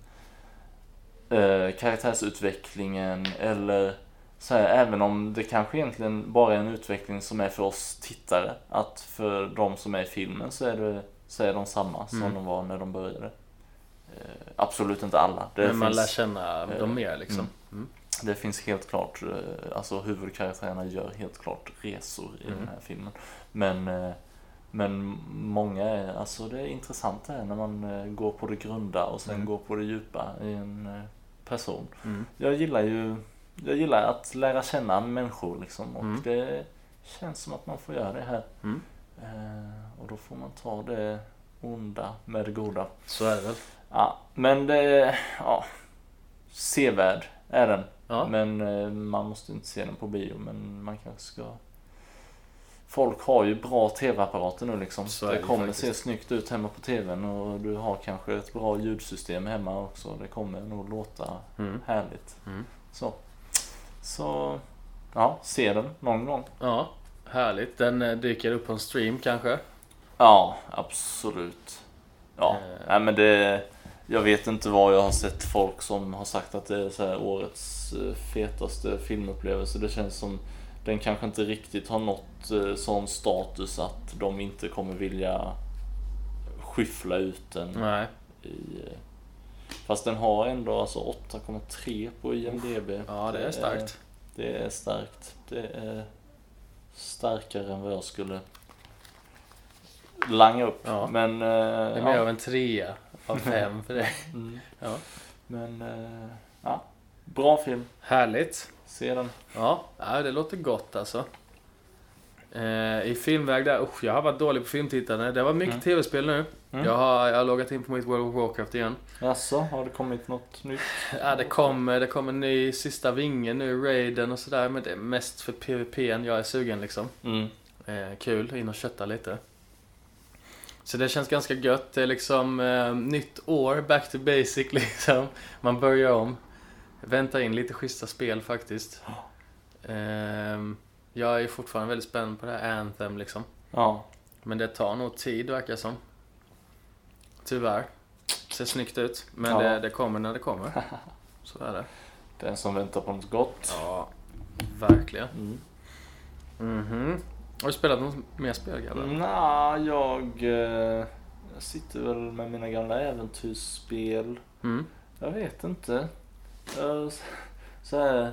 eh, karaktärsutvecklingen, eller så här, även om det kanske egentligen bara är en utveckling som är för oss tittare, att för de som är i filmen så är det så är de samma som Mm. de var när de började. Eh, absolut inte alla. Det Men man finns, lär känna eh, dem mer liksom. mm. Mm. Det finns helt klart, eh, alltså huvudkaraktärerna gör helt klart resor i Mm. den här filmen. Men, eh, men många är, alltså det är intressant det här när man eh, går på det grunda och sen Mm. går på det djupa i en eh, person. Mm. Jag gillar ju, jag gillar att lära känna människor liksom, och Mm. det känns som att man får göra det här. Mm. Eh, och då får man ta det onda med det goda. Så är det väl. Ja, men det, ja, sevärd är den. Ja. Men eh, man måste inte se den på bio, men man kanske ska. Folk har ju bra tv-apparater nu liksom. Så är det det kommer faktiskt. se snyggt ut hemma på tvn, och du har kanske ett bra ljudsystem hemma också. Det kommer nog låta Mm. härligt. Mm. Så. Så ja, se den någon gång. Ja, härligt. Den eh, dyker upp på en stream kanske. Ja, absolut. Ja, Eh. nej, men det, jag vet inte vad jag har sett folk som har sagt att det är så här årets eh, fetaste filmupplevelse. Det känns som den kanske inte riktigt har nått eh, sån status att de inte kommer vilja skyffla ut den Nej. i, eh, fast den har ändå alltså åtta komma tre på I M D B. Ja, det är starkt. Det är starkt. Det är starkare än vad jag skulle langa upp. Ja. Men, eh, Det är ja. mer av en trea av fem för dig. Mm. Ja. Men eh, ja, bra film. Härligt. Se den. Ja, ja, det låter gott alltså. Eh, I filmväg där, usch, jag har varit dålig på filmtittande. Det var mycket Mm. tv-spel nu. Mm. Jag, har, jag har loggat in på mitt World of Warcraft igen. Jaså, har det kommit något nytt? Ja, det kommer det kom en ny sista vingen nu, Raiden och sådär. Men det är mest för PvP än jag är sugen liksom. Mm. Eh, kul, in och kötta lite. Så det känns ganska gött. Det är liksom eh, nytt år, back to basic liksom. Man börjar om. Vänta in lite schyssta spel faktiskt. Eh, jag är fortfarande väldigt spänd på det här Anthem liksom. Ja. Men det tar nog tid verkar som. Tyvärr. Ser snyggt ut. Men Ja. det, det kommer när det kommer. Så är det. Den som väntar på något gott. Ja, verkligen. Mm. Mhm. Har du spelat något mer spel, grabbar? Nah, jag, eh, jag sitter väl med mina gamla äventyrsspel. Mm. Jag vet inte. Uh, så här,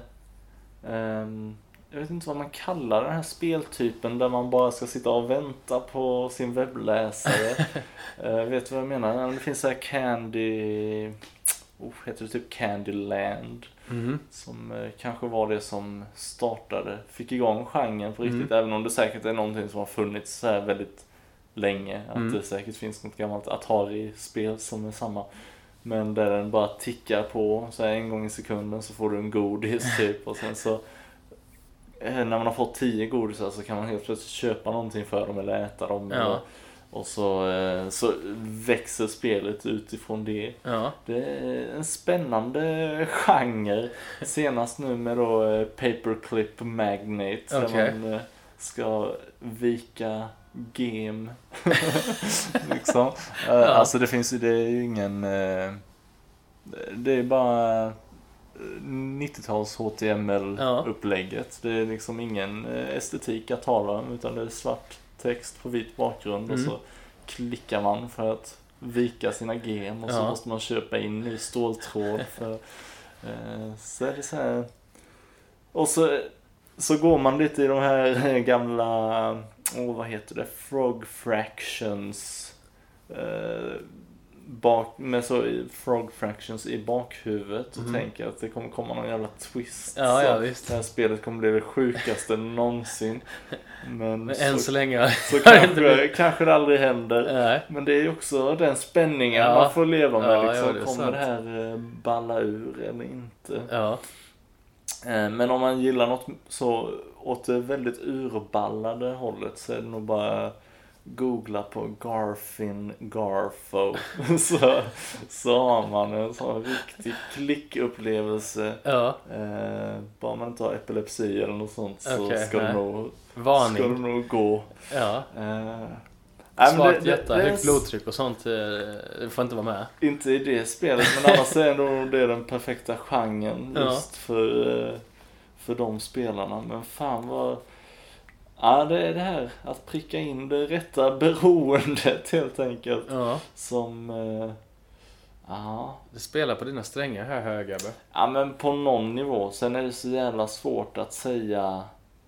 ehm, jag vet inte vad man kallar den här speltypen där man bara ska sitta och vänta på sin webbläsare. uh, vet du vad jag menar? Det finns så här Candy... Oh, heter det typ Candyland? Mhm. Som eh, kanske var det som startade, fick igång genren på riktigt. Mm. Även om det säkert är någonting som har funnits så här väldigt länge. Att Mm. det säkert finns något gammalt Atari-spel som är samma. Men där den bara tickar på så här en gång i sekunden så får du en godis typ. Och sen så eh, när man har fått tio godisar så kan man helt plötsligt köpa någonting för dem eller äta dem. Ja. Eller, och så, eh, så växer spelet utifrån det. Ja. Det är en spännande genre. Senast nu med då eh, Paperclip Magnate. Okej. Där man eh, ska vika game. liksom. Eh, Ja. Alltså det finns ju, det är ju ingen... eh, Det är bara nittio-tals H T M Ja. L-upplägget. Det är liksom ingen eh, estetik att tala om, utan det är svart text på vit bakgrund. Och Mm. så klickar man för att vika sina gem och så Ja. måste man köpa in ny ståltråd för eh, så är det så här. Och så så går man lite i de här gamla, oh, vad heter det, Frog Fractions eh, bak, med så i Frog Fractions i bakhuvudet och Mhm. tänker att det kommer komma någon jävla twist. Ja, så ja, visst. det här spelet kommer bli det sjukaste någonsin. Men, Men än så, så länge. så kanske, kanske det aldrig händer. Nej. Men det är ju också den spänningen Ja. man får leva med. Ja, liksom. ja, det är Kommer sant. det här eh, balla ur eller inte? Ja. Eh, Men om man gillar något så åt det väldigt urballade hållet så är det nog bara googla på Garfin Garfo. så, så har man en sån riktig klickupplevelse. Ja. Eh, bara man inte har epilepsi eller något sånt så Okej, ska, det nej. nog, ska det Varning. nog gå. Ja. Eh, nej, men Svagt det- hjärta, det- det är högt blodtryck och sånt. eh, Det får inte vara med. Inte i det spelet, men annars är nog det den perfekta genren Ja. just för, eh, för de spelarna. Men fan vad... Ja, det är det här att pricka in det rätta beroendet helt enkelt. Ja. Som... eh, Ja, Du spelar på dina strängar här, högabbe. ja, men på någon nivå. Sen är det så jävla svårt att säga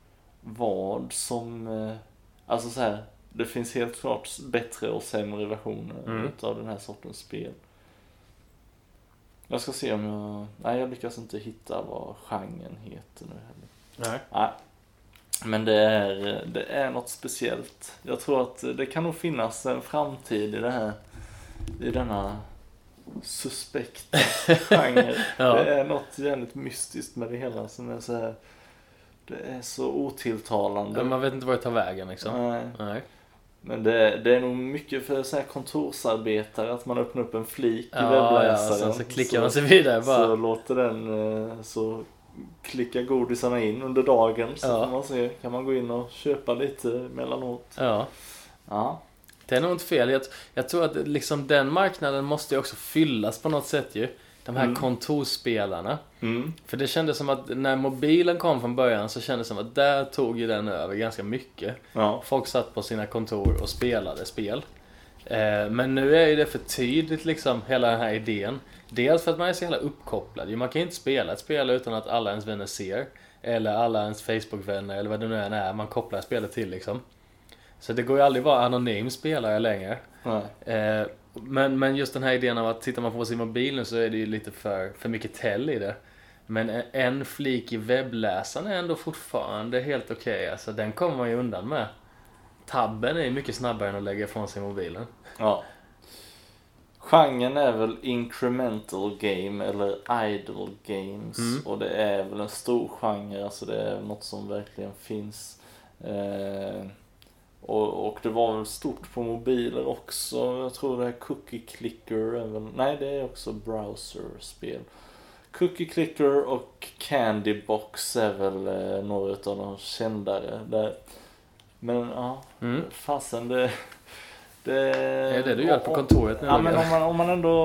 vad som... eh, Alltså så här, det finns helt klart bättre och sämre versioner Mm. av den här sortens spel. Jag ska se om jag... Nej, jag lyckas inte hitta vad genren heter nu heller. Nej. Nej. Men det är, det är något speciellt. Jag tror att det kan nog finnas en framtid i det här, i denna suspekta genre. Ja. Det är något jävligt mystiskt med det hela som är så här, det är så otilltalande. Ja, man vet inte var det tar vägen liksom. Nej. Nej. Men det, det är nog mycket för så här kontorsarbetare att man öppnar upp en flik i Ja, ja, webbläsaren. sen så klickar man sig vidare bara. Så låter den, eh, så klickar godisarna in under dagen. Så Ja. kan man se, kan man gå in och köpa lite mellanåt. Ja. Ja. Det är nog inte fel. Jag, jag tror att liksom den marknaden måste ju också fyllas på något sätt ju. De här Mm. kontorsspelarna. Mm. För det kändes som att när mobilen kom från början så kändes det som att där tog ju den över ganska mycket. Ja. Folk satt på sina kontor och spelade spel. Eh, men nu är ju det för tydligt liksom, hela den här idén. Dels för att man är så jävla uppkopplad. Man kan ju inte spela ett spel utan att alla ens vänner ser. Eller alla ens Facebook-vänner eller vad det nu än är man kopplar spelet till liksom. Så det går ju aldrig vara anonym spelare längre. Nej. Eh, men, men just den här idén av att tittar man på sin mobil nu så är det ju lite för, för mycket tell i det. Men en, en flik i webbläsaren är ändå fortfarande helt okej. Okay. Alltså den kommer man ju undan med. Tabben är ju mycket snabbare än att lägga ifrån sig mobilen. Ja. Genren är väl incremental game eller idle games. Mm. Och det är väl en stor genre. Alltså det är något som verkligen finns. Eh, Och, och det var väl stort på mobiler också. Jag tror det här Cookie Clicker är väl, nej det är också browserspel. Cookie Clicker och Candy Box är väl eh, några av de kändare där. Men ja, Mm. fasen det, det Är det du gör på kontoret nu? Ja, men om man, om man ändå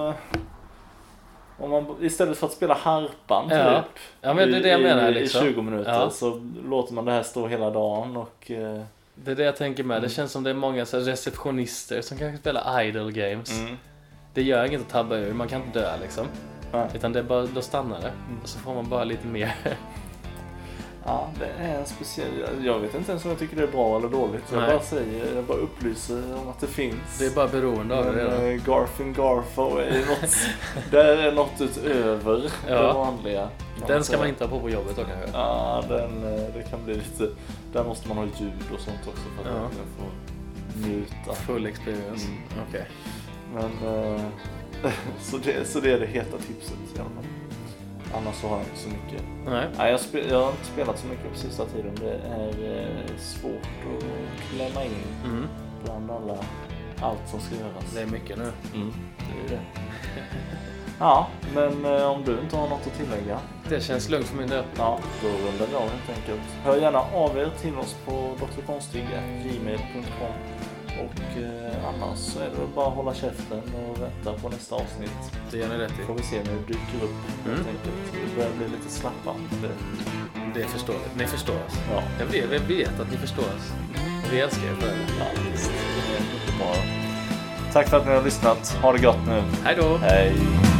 om man istället för att spela harpan typ, Ja. Ja, men det är det jag i, menar i, liksom. i tjugo minuter Ja. så låter man det här stå hela dagen och eh, Det är det jag tänker med. Mm. Det känns som det är många så här receptionister som kanske spelar idle games. mm. Det gör inget att tabba ur, man kan inte dö liksom. Nej. Utan det är bara, då stannar det. Mm. Och så får man bara lite mer. Ja, det är en speciell, jag vet inte ens om jag tycker det är bra eller dåligt. Jag Nej. bara säger, jag bara upplyser om att det finns. Det är bara beroende av det Men, redan. eh, Garfin Garfo är något, där är något utöver Ja. det vanliga. Den ska man inte ha på på jobbet då kanske. Ja, den, eh, det kan bli lite, där måste man ha ljud och sånt också för att Ja. man få njuta. Full experience. Mm. Okej. Men, eh, så, det, så det är det heta tipset i alla fall. Annars så har jag inte så mycket. Nej. Nej, jag, spe, jag har inte spelat så mycket på sista tiden. Det är eh, svårt att klämma in Mm. bland alla, allt som ska göras. Det är mycket nu. Mm, det är det. Ja, men eh, om du inte har något att tillägga, Det känns lugnt för min del. ja, då rundar vi av helt enkelt. Hör gärna av er till oss på d r konstig at gmail punkt com. Och eh, annars så är det väl bara att hålla käften och vänta på nästa avsnitt. Det gör ni rätt i. Får vi se när det dyker upp helt Mm. enkelt. Det börjar bli lite slappa. Det, Det är förståeligt. Ni förstår oss. ja. Jag vet, jag vet att ni förstår oss. Vi älskar er för det. Ja, visst. Det är mycket bra. Tack för att ni har lyssnat. Ha det gott nu. Hej då! Hej!